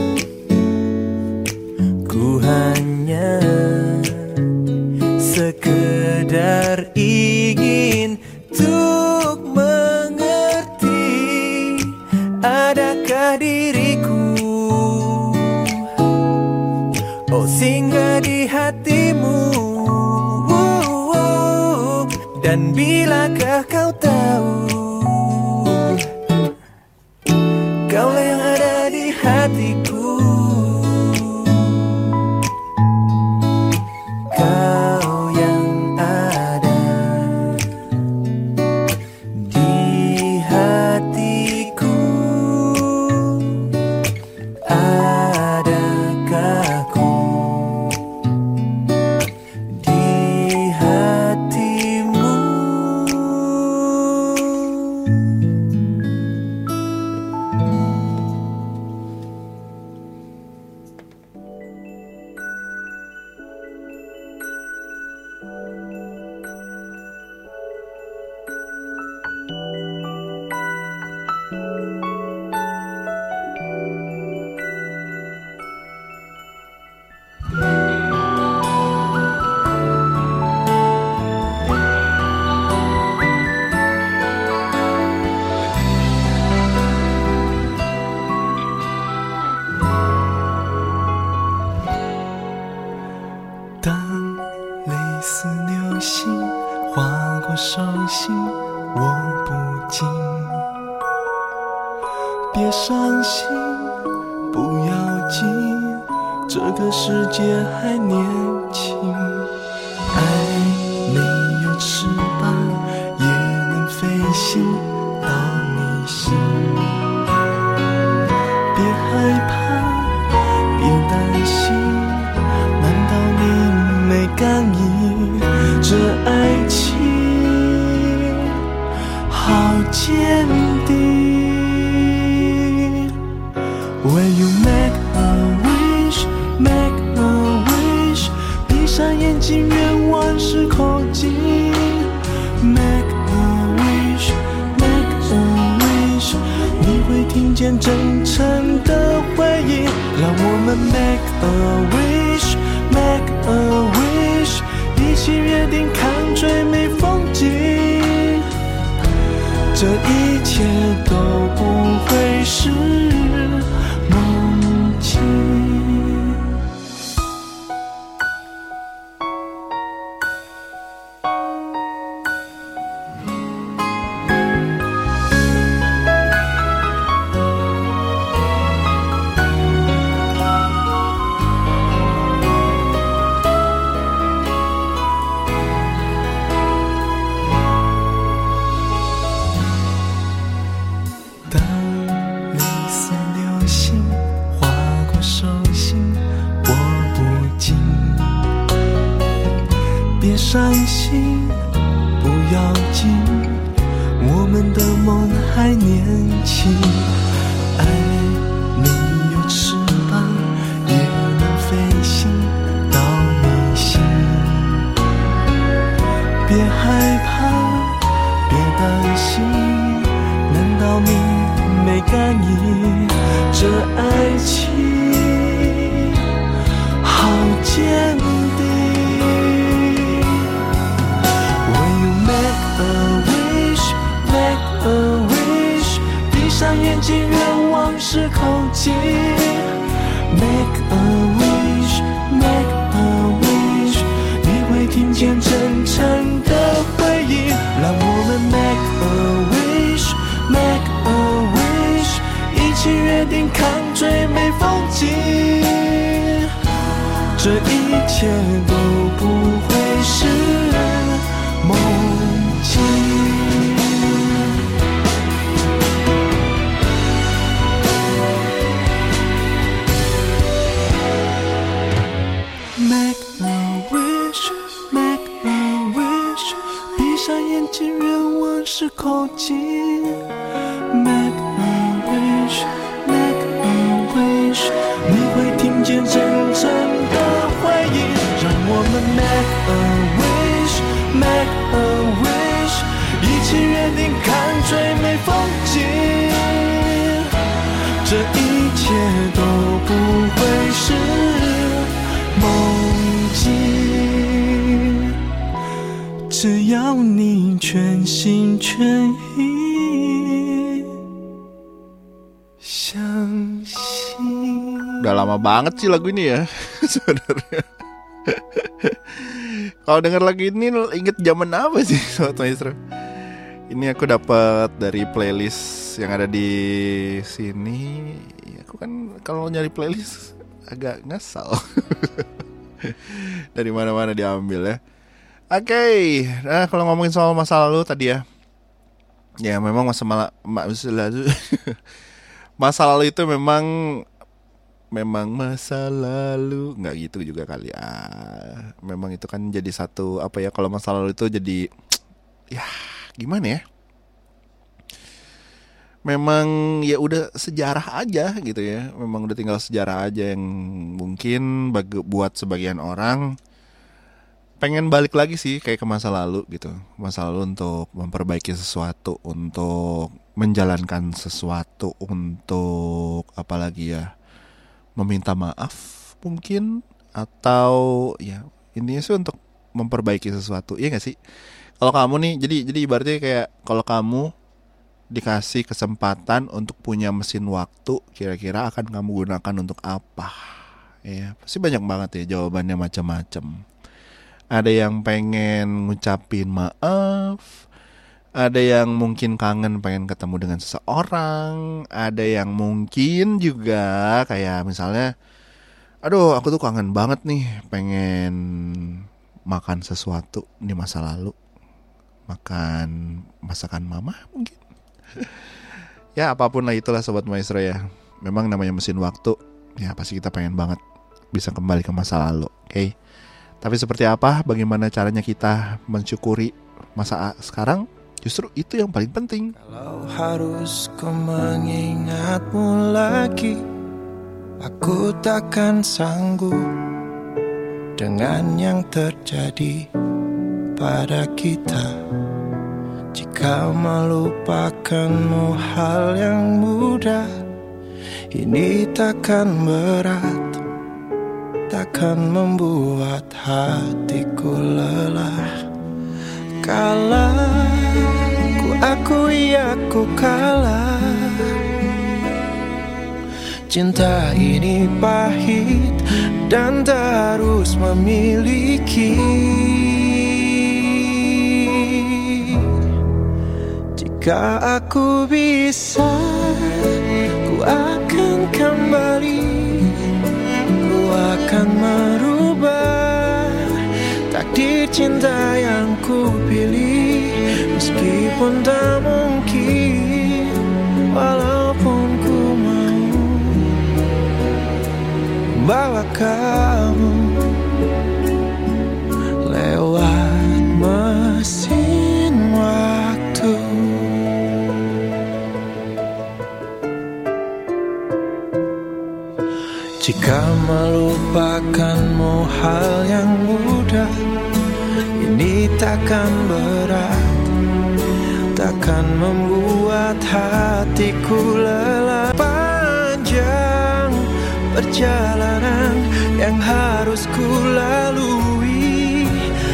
ku hanya sekedar ingin tuk mengerti. Adakah diriku oh singgah di hatimu? Dan bilakah kau tahu kaulah yang ada di hatiku? Kau yang ada di hatiku. Adakah ku di hatimu? 别伤心，不要紧，这个世界还年轻。爱没有翅膀，也能飞行到你心。别害怕，别担心，难道你没感应？这爱情好坚定。When you make a wish, make a wish， 闭上眼睛，愿望是口径。Make a wish, make a wish， 你会听见真诚的回应。让我们 make a wish, make a wish， 一起约定看最美风景。这一切都不会是梦境。伤心不要紧，我们的梦还年轻。爱没有翅膀，也能飞行到你心。别害怕，别担心，难道你没感应？这爱情好坚定。A wish， 闭上眼睛，愿望是口径。Make a wish, make a wish， 你会听见真诚的回应。让我们 make a wish, make a wish， 一起约定看最美风景。这一切都不会是梦境。是口径 Make a wish, make a wish， 你会听见真诚的回应。让我们 make a wish, make a wish， 一起约定看最美风景。这一切都不会是梦境，只要你全心全意相信。 Udah lama banget sih lagu ini ya sebenarnya. Kalau denger lagu ini inget zaman apa sih Sobat Maestro? Ini aku dapat dari playlist yang ada di sini. Aku kan kalau nyari playlist agak ngasal. Dari mana-mana diambil ya. Oke, okay. Nah kalau ngomongin soal masa lalu tadi ya, ya memang masa malah masa lalu, masa lalu itu memang memang masa lalu, nggak gitu juga kali ya. Memang itu kan jadi satu apa ya, kalau masa lalu itu jadi, ya gimana ya? Memang ya udah sejarah aja gitu ya, memang udah tinggal sejarah aja yang mungkin bagi, buat sebagian orang pengen balik lagi sih kayak ke masa lalu gitu. Masa lalu untuk memperbaiki sesuatu, untuk menjalankan sesuatu, untuk apalagi ya, meminta maaf mungkin, atau ya intinya sih untuk memperbaiki sesuatu. Iya gak sih? Kalau kamu nih, jadi jadi ibaratnya kayak kalau kamu dikasih kesempatan untuk punya mesin waktu, kira-kira akan kamu gunakan untuk apa? Ya pasti banyak banget ya jawabannya, macam-macam. Ada yang pengen ngucapin maaf, Ada yang mungkin kangen pengen ketemu dengan seseorang. Ada yang mungkin juga kayak misalnya, aduh aku tuh kangen banget nih pengen makan sesuatu di masa lalu. Makan masakan mama mungkin. Ya apapun lah itulah Sobat Maestro ya. Memang namanya mesin waktu. Ya pasti kita pengen banget bisa kembali ke masa lalu. Oke okay? Tapi seperti apa, bagaimana caranya kita mensyukuri masa sekarang? Justru itu yang paling penting. Kalau harus ku mengingatmu lagi, aku takkan sanggup dengan yang terjadi pada kita. Jika melupakanmu hal yang mudah, ini takkan berat, takkan membuat hatiku lelah. Kalah, ku akui aku kalah. Cinta ini pahit dan tak harus memiliki. Jika aku bisa, ku akan kembali. Ku akan merubah takdir cinta yang ku pilih. Meskipun tak mungkin, walaupun ku mau bawa kamu lewat mesin waktu. Jika melupakanmu hal yang mudah, ini takkan berat, takkan membuat hatiku lelah. Panjang perjalanan yang harus ku lalui,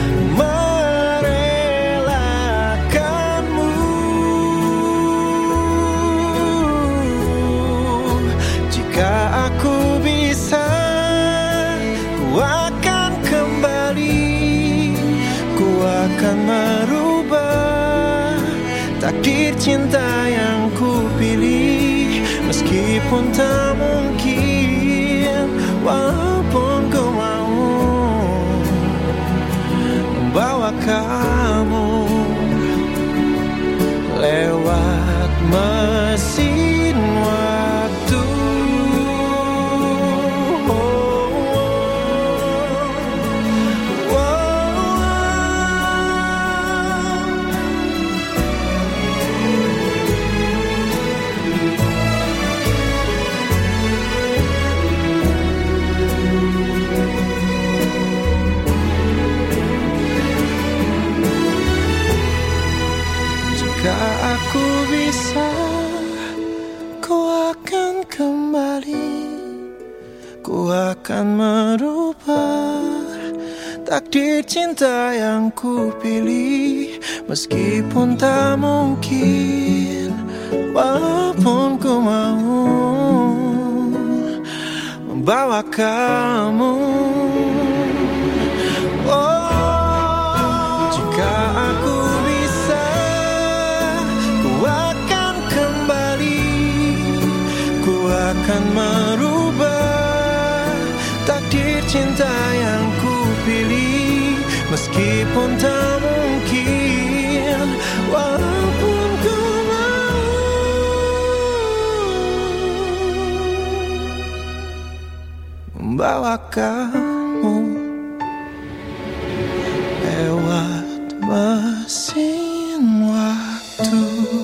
merelakanmu. Jika aku bisa, ku akan kembali, ku akan merubah takdir cinta yang ku pilih. Meskipun tak mungkin, walaupun ku mau membawa kamu lewat mesin waktu. Aku bisa, ku akan kembali, ku akan merubah takdir cinta yang ku pilih. Meskipun tak mungkin, walaupun ku mau membawa kamu. Oh, jika aku akan merubah takdir cinta yang ku pilih. Meskipun tak mungkin, walaupun ku mau membawa kamu lewat mesin waktu.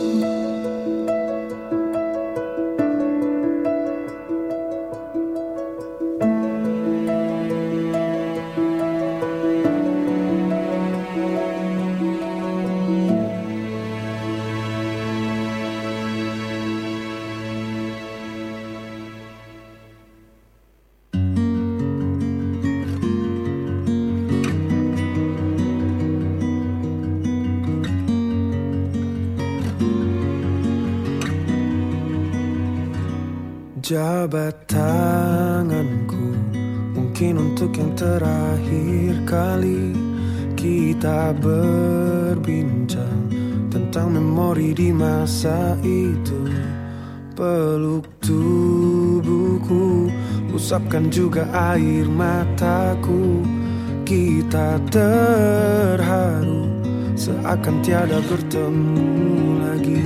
Jabat tanganku, mungkin untuk yang terakhir kali kita berbincang tentang memori di masa itu. Peluk tubuhku, usapkan juga air mataku. Kita terharu seakan tiada bertemu lagi.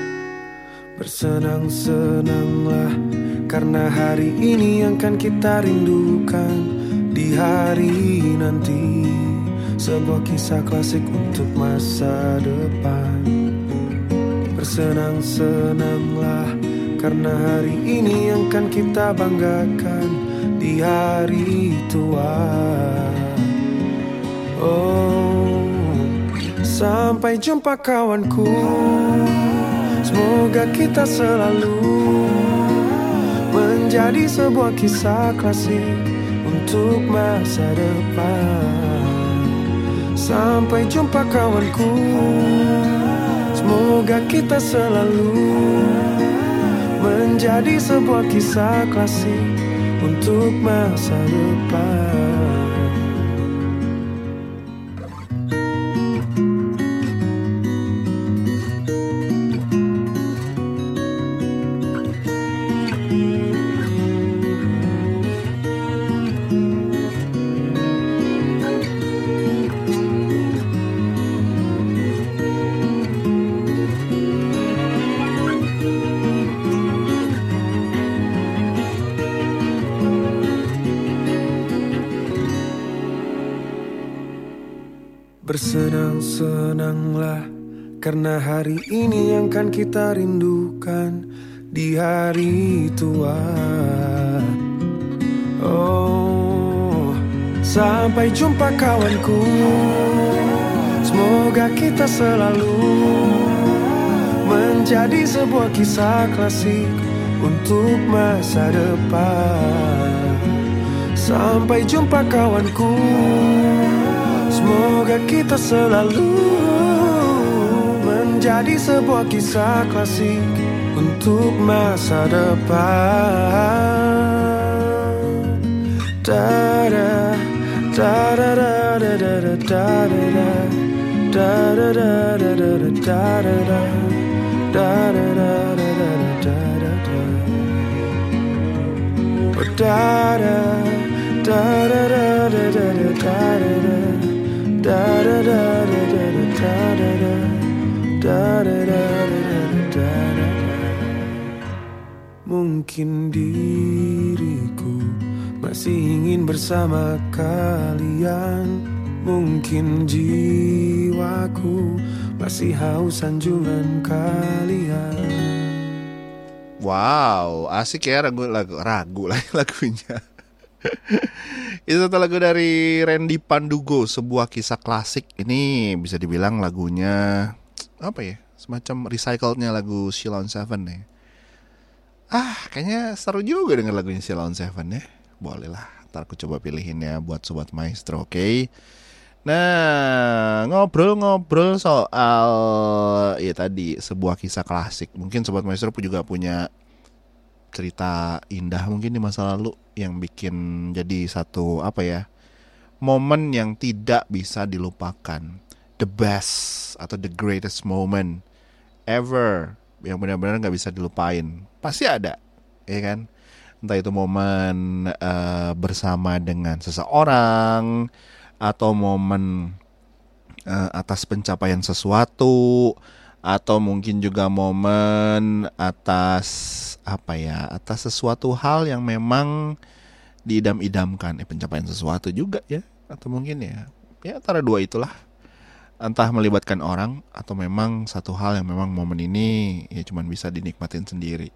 Bersenang-senanglah karena hari ini yang akan kita rindukan. Di hari nanti sebuah kisah klasik untuk masa depan. Bersenang-senanglah karena hari ini yang akan kita banggakan di hari tua. Oh, sampai jumpa kawanku. Semoga kita selalu menjadi sebuah kisah klasik untuk masa depan. Sampai jumpa kawanku. Semoga kita selalu menjadi sebuah kisah klasik untuk masa depan. Bersenang-senanglah karena hari ini yang akan kita rindukan di hari tua. Oh, sampai jumpa kawanku. Semoga kita selalu menjadi sebuah kisah klasik untuk masa depan. Sampai jumpa kawanku. Semoga kita selalu menjadi sebuah kisah klasik untuk masa depan. Da-da, da-da-da, da-da-da, da-da-da, da-da-da, da-da-da, da-da-da, da-da-da, da-da-da, da-da-da, da-da-da, da-da-da, da-da-da. Da da da da da da da da da. Mungkin diriku masih ingin bersama kalian. Mungkin jiwaku masih haus sanjungan kalian. Wow, asik ya lagu lagu ragu lah lagunya. Itu satu lagu dari Randy Pandugo, sebuah kisah klasik. Ini bisa dibilang lagunya apa ya, semacam recyclednya lagu Sheila on Seven ya. Ah, kayaknya seru juga denger lagunya Sheila on Seven ya. Boleh lah, ntar aku coba pilihin ya buat Sobat Maestro, oke okay? Nah, ngobrol-ngobrol soal ya tadi sebuah kisah klasik. Mungkin Sobat Maestro juga punya cerita indah mungkin di masa lalu yang bikin jadi satu apa ya, momen yang tidak bisa dilupakan, the best atau the greatest moment ever yang benar-benar nggak bisa dilupain. Pasti ada, ya kan? Entah itu momen uh, bersama dengan seseorang atau momen uh, atas pencapaian sesuatu, atau mungkin juga momen atas apa ya, atas sesuatu hal yang memang diidam-idamkan, eh pencapaian sesuatu juga ya, atau mungkin ya, ya antara dua itulah, entah melibatkan orang atau memang satu hal yang memang momen ini ya cuman bisa dinikmatin sendiri.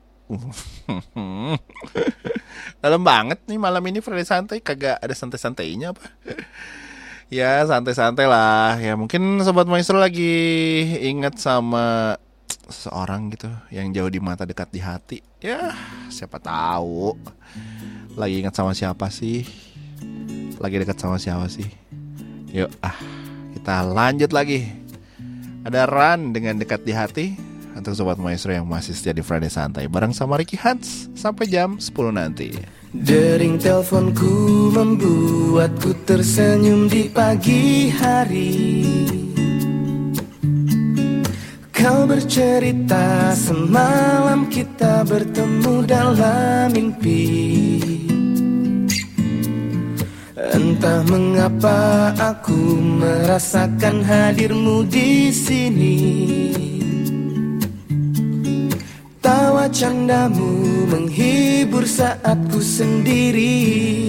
Dalam banget nih malam ini Friday Santai, kagak ada santai-santainya apa? Ya santai-santai lah. Ya mungkin Sobat Maestro lagi ingat sama seseorang gitu yang jauh di mata dekat di hati. Ya siapa tahu lagi ingat sama siapa sih, lagi dekat sama siapa sih. Yuk ah kita lanjut lagi. Ada Run dengan Dekat di Hati untuk Sobat Maestro yang masih setia di Friday Santai bareng sama Ricky Hans sampai jam sepuluh nanti. Dering teleponku membuatku tersenyum di pagi hari. Kau bercerita semalam kita bertemu dalam mimpi. Entah mengapa aku merasakan hadirmu di sini. Tawa candamu menghibur saat ku sendiri.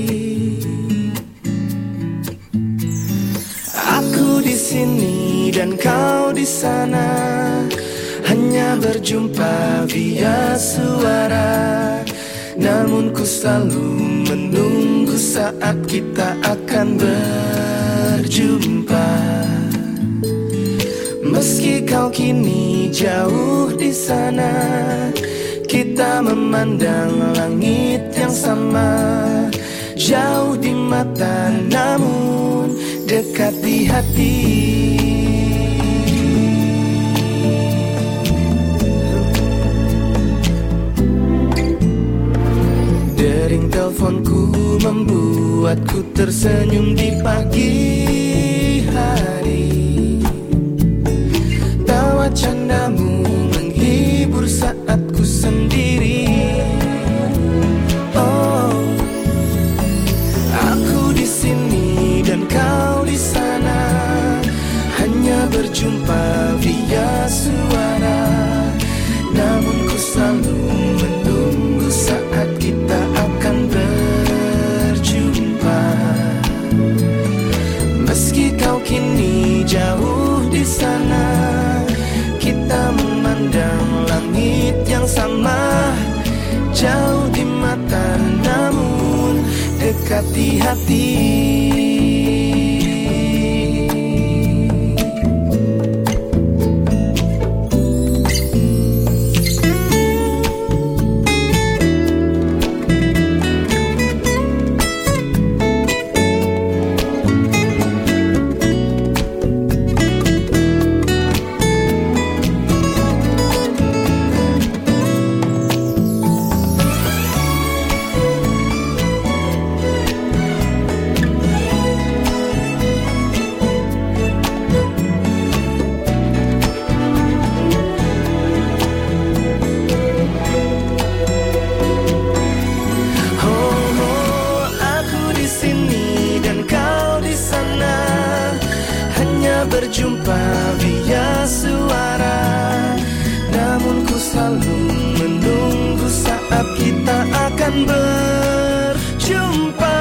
Aku di sini dan kau di sana, hanya berjumpa via suara. Namun ku selalu menunggu saat kita akan berjumpa. Meski kau kini jauh di sana, kita memandang langit yang sama. Jauh di mata namun dekat di hati. Dering teleponku membuatku tersenyum di pagi hari. Tawa candamu menghibur saat ku sendiri. Oh, aku di sini dan kau di sana, hanya berjumpa via suara. Namun ku selalu menunggu saat kita akan berjumpa. Meski kau kini jauh di sana, kita memandang langit yang sama. Jauh di mata namun dekat di hati. Berjumpa via suara. Namun ku selalu menunggu saat kita akan berjumpa.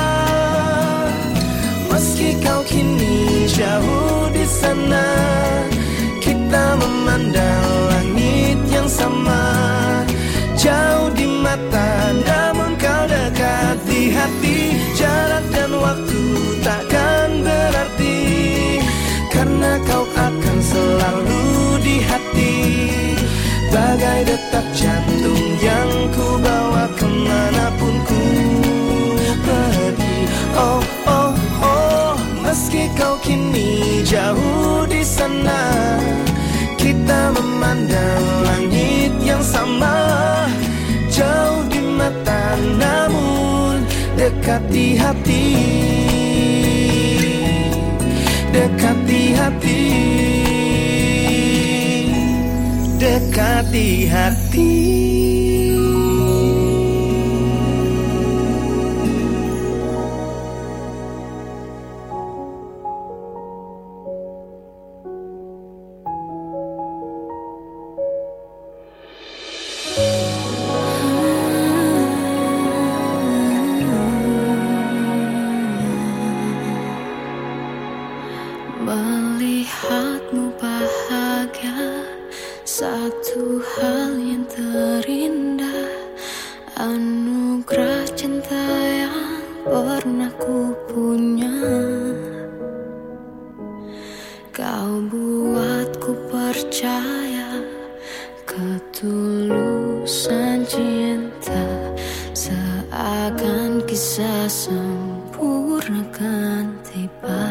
Meski kau kini jauh di sana, kita memandang langit yang sama. Jauh di mata namun kau dekat di hati. Jarak dan waktu takkan berarti, karena kau akan selalu di hati. Bagai detak jantung yang ku bawa kemanapun ku pergi. Oh, oh, oh, meski kau kini jauh di sana, kita memandang langit yang sama. Jauh di mata namun dekat di hati. Dekat di hati, dekat di hati. Melihatmu bahagia, satu hal yang terindah. Anugerah cinta yang pernah ku punya. Kau buatku percaya ketulusan cinta, seakan kisah sempurna kan tiba.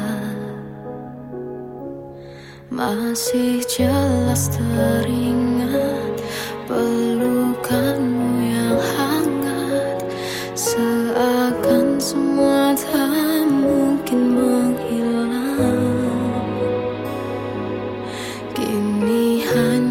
Masih jelas teringat pelukanmu yang hangat, seakan semua tak mungkin menghilang. Kini hanya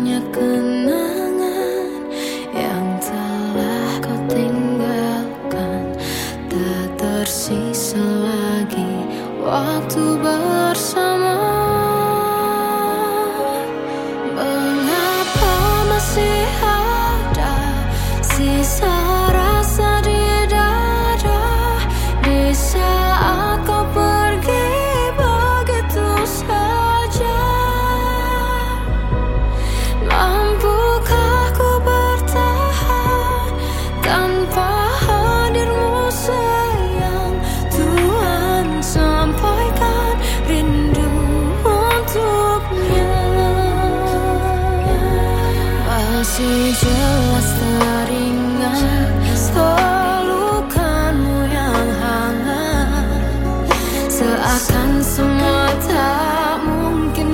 jelas teringat pelukanmu yang hangat, seakan semua tak mungkin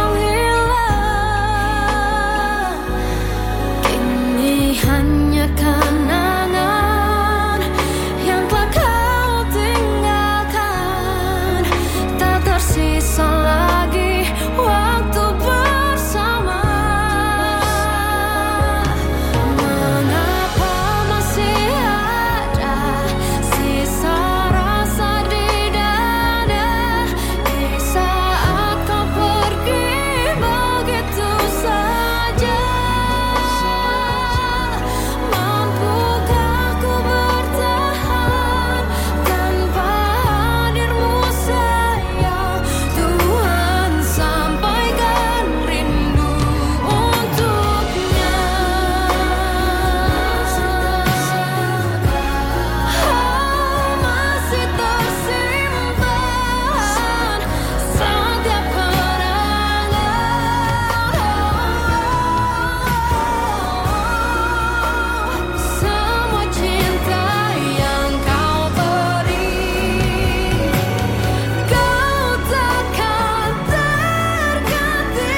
menghilang. Kini hanya kenangan yang telah kau tinggalkan, tak tersisa lagi waktu bersama. Mengapa masih ada sisa rasa di dada di saat kau pergi begitu saja? Mampukah ku bertahan tanpa hadirmu sayang? Tuhan, sampaikan rindu untuknya. Oh, masih tersimpan setiap kenangan, semua cinta yang kau beri, kau takkan terganti.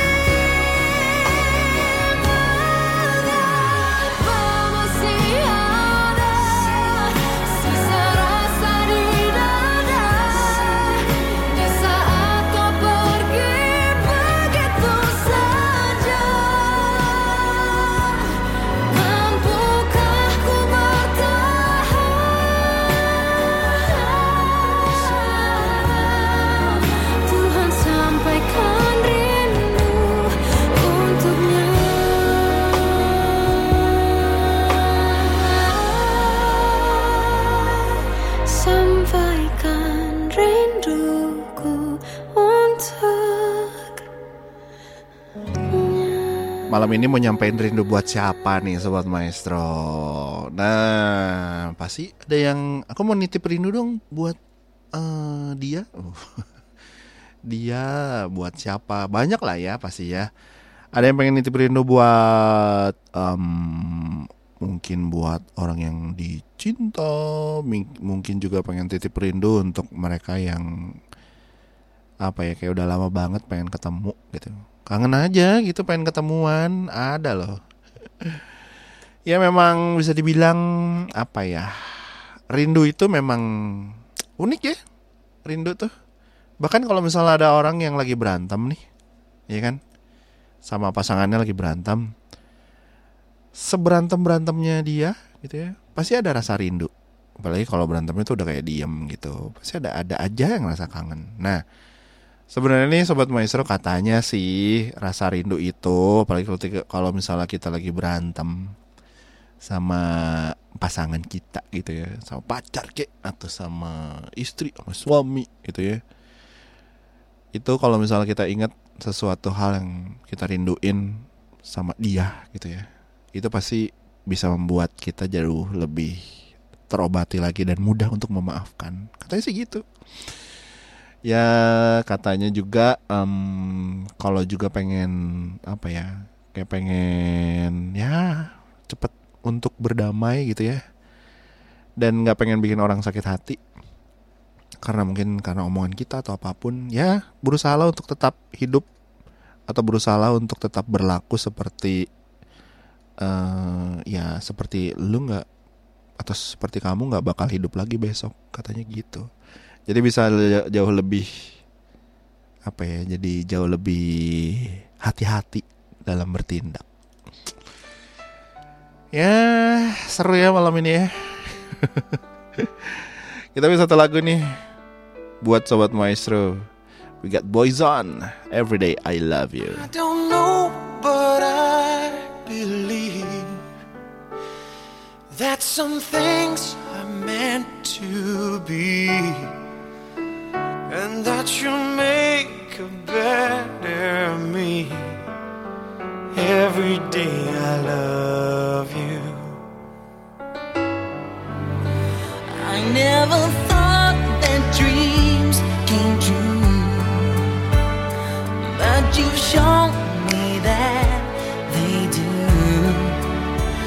Mengapa masih ada sisa rasa di dada di saat kau pergi begitu saja? Mampukah ku bertahan? Tuhan, sampaikan rindu untuknya. Sampaikan rinduku untuknya. Malam ini mau nyampein rindu buat siapa nih Sobat Maestro? Nah, pasti ada yang aku mau nitip rindu dong buat eh, dia. Oh. Dia buat siapa? Banyak lah ya pasti ya. Ada yang pengen nitip rindu buat em, mungkin buat orang yang dicinta, mi- mungkin juga pengen titip rindu untuk mereka yang apa ya, kayak udah lama banget pengen ketemu gitu. Kangen aja gitu pengen ketemuan, ada loh. Ya memang bisa dibilang apa ya, rindu itu memang unik ya. Rindu tuh. Bahkan kalau misalnya ada orang yang lagi berantem nih, ya kan, sama pasangannya lagi berantem, seberantem-berantemnya dia gitu ya, pasti ada rasa rindu. Apalagi kalau berantemnya tuh udah kayak diem gitu, pasti ada ada aja yang rasa kangen. Nah, sebenarnya nih Sobat Maestro, katanya sih rasa rindu itu, apalagi ketika- kalau misalnya kita lagi berantem sama pasangan kita gitu ya, sama pacar kek atau sama istri, sama suami gitu ya. Itu kalau misalnya kita ingat sesuatu hal yang kita rinduin sama dia gitu ya, itu pasti bisa membuat kita jauh lebih terobati lagi dan mudah untuk memaafkan. Katanya sih gitu. Ya katanya juga em, kalau juga pengen apa ya, kayak pengen ya cepet untuk berdamai gitu ya, dan nggak pengen bikin orang sakit hati karena mungkin karena omongan kita atau apapun, ya berusaha untuk tetap hidup atau berusaha untuk tetap berlaku seperti eh, ya seperti lu nggak atau seperti kamu nggak bakal hidup lagi besok, katanya gitu. Jadi bisa jauh lebih apa ya, jadi jauh lebih hati-hati dalam bertindak. Ya seru ya malam ini ya. Kita bisa satu lagu nih buat Sobat Maestro. We got Boyzone, Everyday I Love You. I don't know, but I believe that some things are meant to be, and that you'll make a better me. Every day I love you. I never thought that dreams came true, but you've shown me that they do.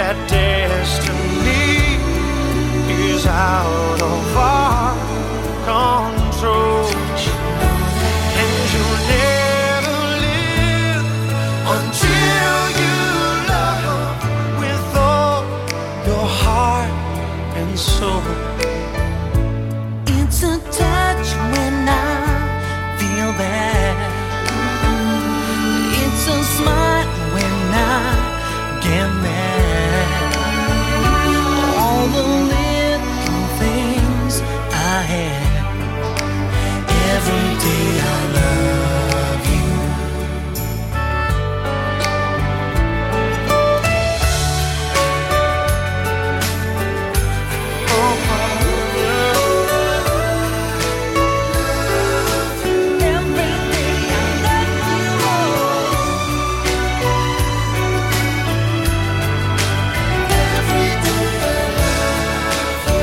that destiny is out of our control. And you'll never live until you love with all your heart and soul. It's a touch when I feel bad. It's a smile when I get mad. All the little things I have. Every day I love you. Oh, Every day I love you. Every day I love you.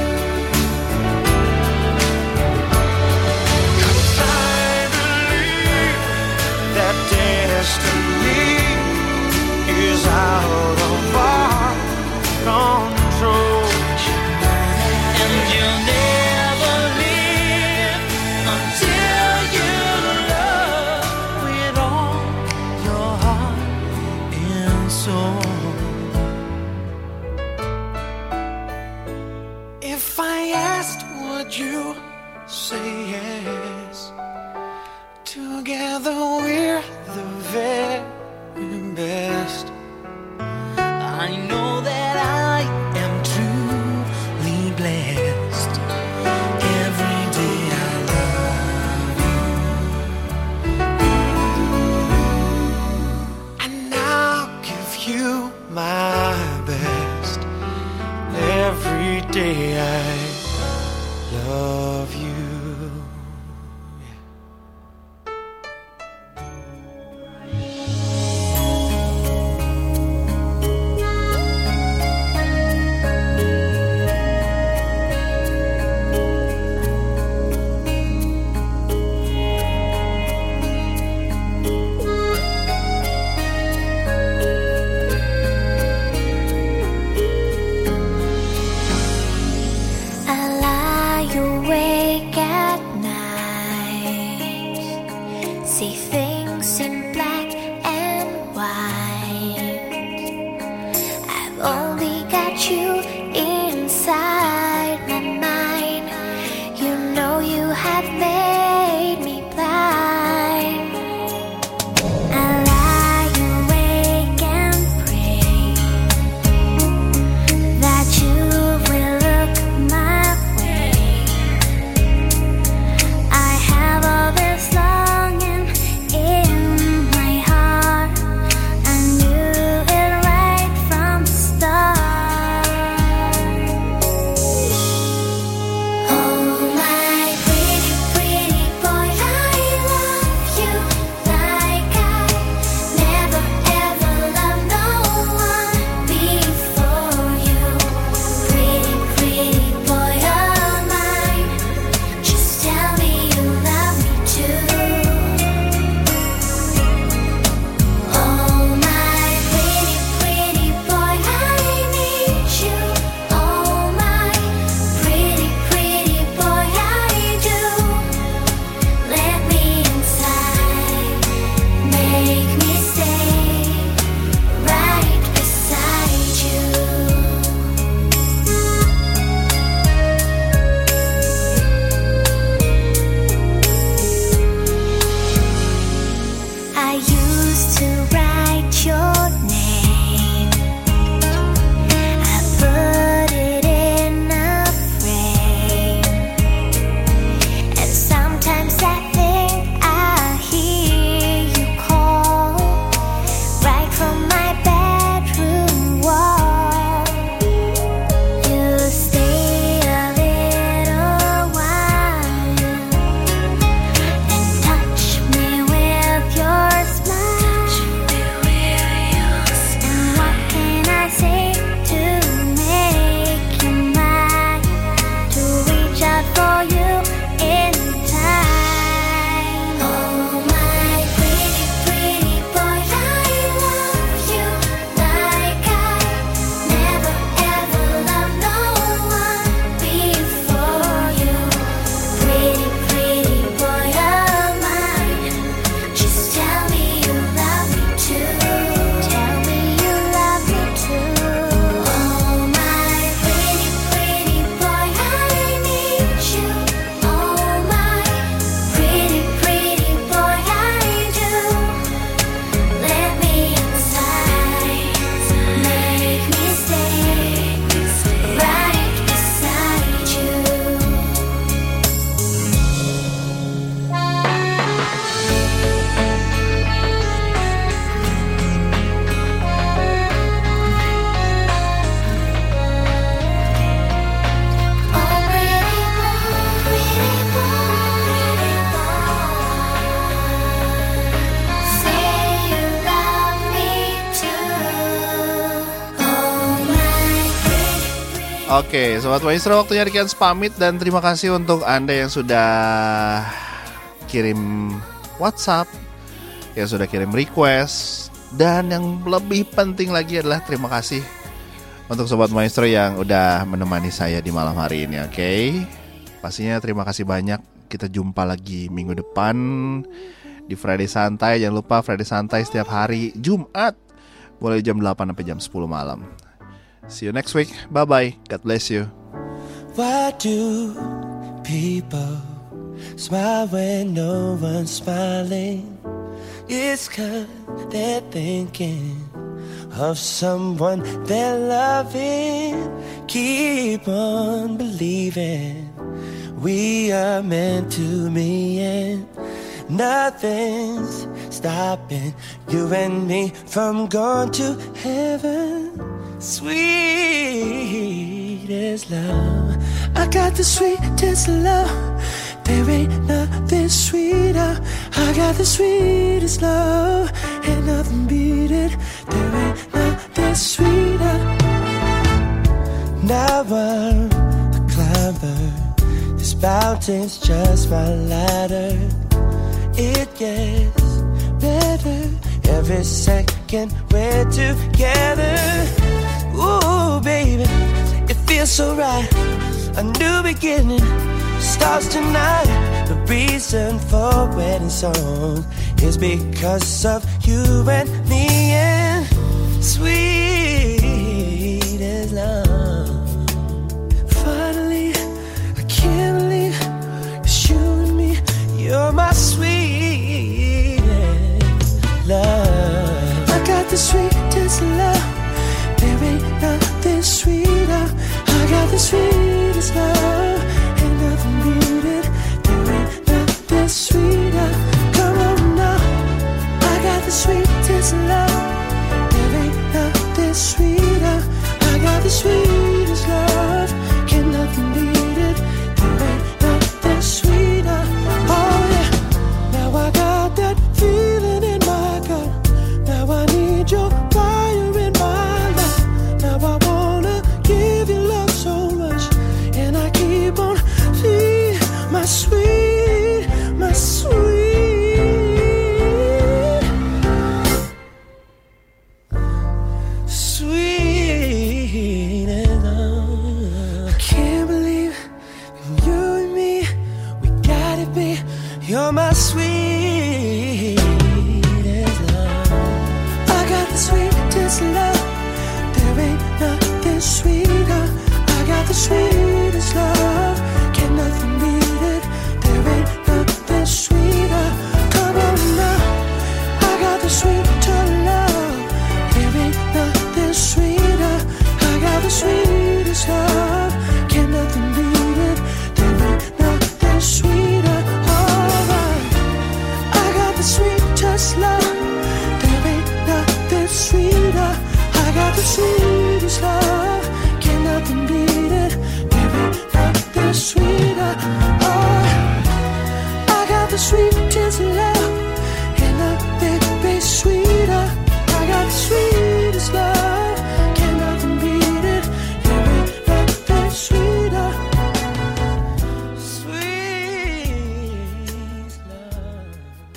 I believe that destiny is out of our control. And you'll never live until you love with all your heart and soul. If I asked, would you say yes? Together we're the very best. I know that I am truly blessed. Every day I love you. And I'll give you my best. Every day I love you. I lie awake at night, see things in black and white. I've only got you inside my mind. You know you have made me blind. I lie awake and pray that you will look my way. I have all this longing in my heart. I knew it right from the start. Oke, Sobat Maestro, waktunya Ricky Hans pamit. Dan terima kasih untuk Anda yang sudah kirim WhatsApp, yang sudah kirim request. Dan yang lebih penting lagi adalah terima kasih untuk Sobat Maestro yang udah menemani saya di malam hari ini. Oke, pastinya terima kasih banyak. Kita jumpa lagi minggu depan di Friday Santai. Jangan lupa Friday Santai setiap hari Jumat mulai jam delapan sampai jam sepuluh malam. See you next week. Bye-bye. God bless you. Why do people smile when no one's smiling? It's 'cause they're thinking of someone they're loving. Keep on believing we are meant to be, and nothing's stopping you and me from going to heaven. Sweet as love, I got the sweetest love. There ain't nothing sweeter. I got the sweetest love, ain't nothing beat it. There ain't nothing sweeter. Now I'm a climber. This mountain's just my ladder. It gets better every second we're together. Ooh, baby, it feels so right. A new beginning starts tonight. The reason for wedding songs is because of you and me, and sweet as love. Finally, I can't believe it's you and me. You're my sweetest love. I got the sweetest love. There ain't nothing sweeter. I got the sweetest love. Ain't nothing beat it. There ain't nothing sweeter. Come on now. I got the sweetest love. There ain't nothing sweeter. I got the sweetest love.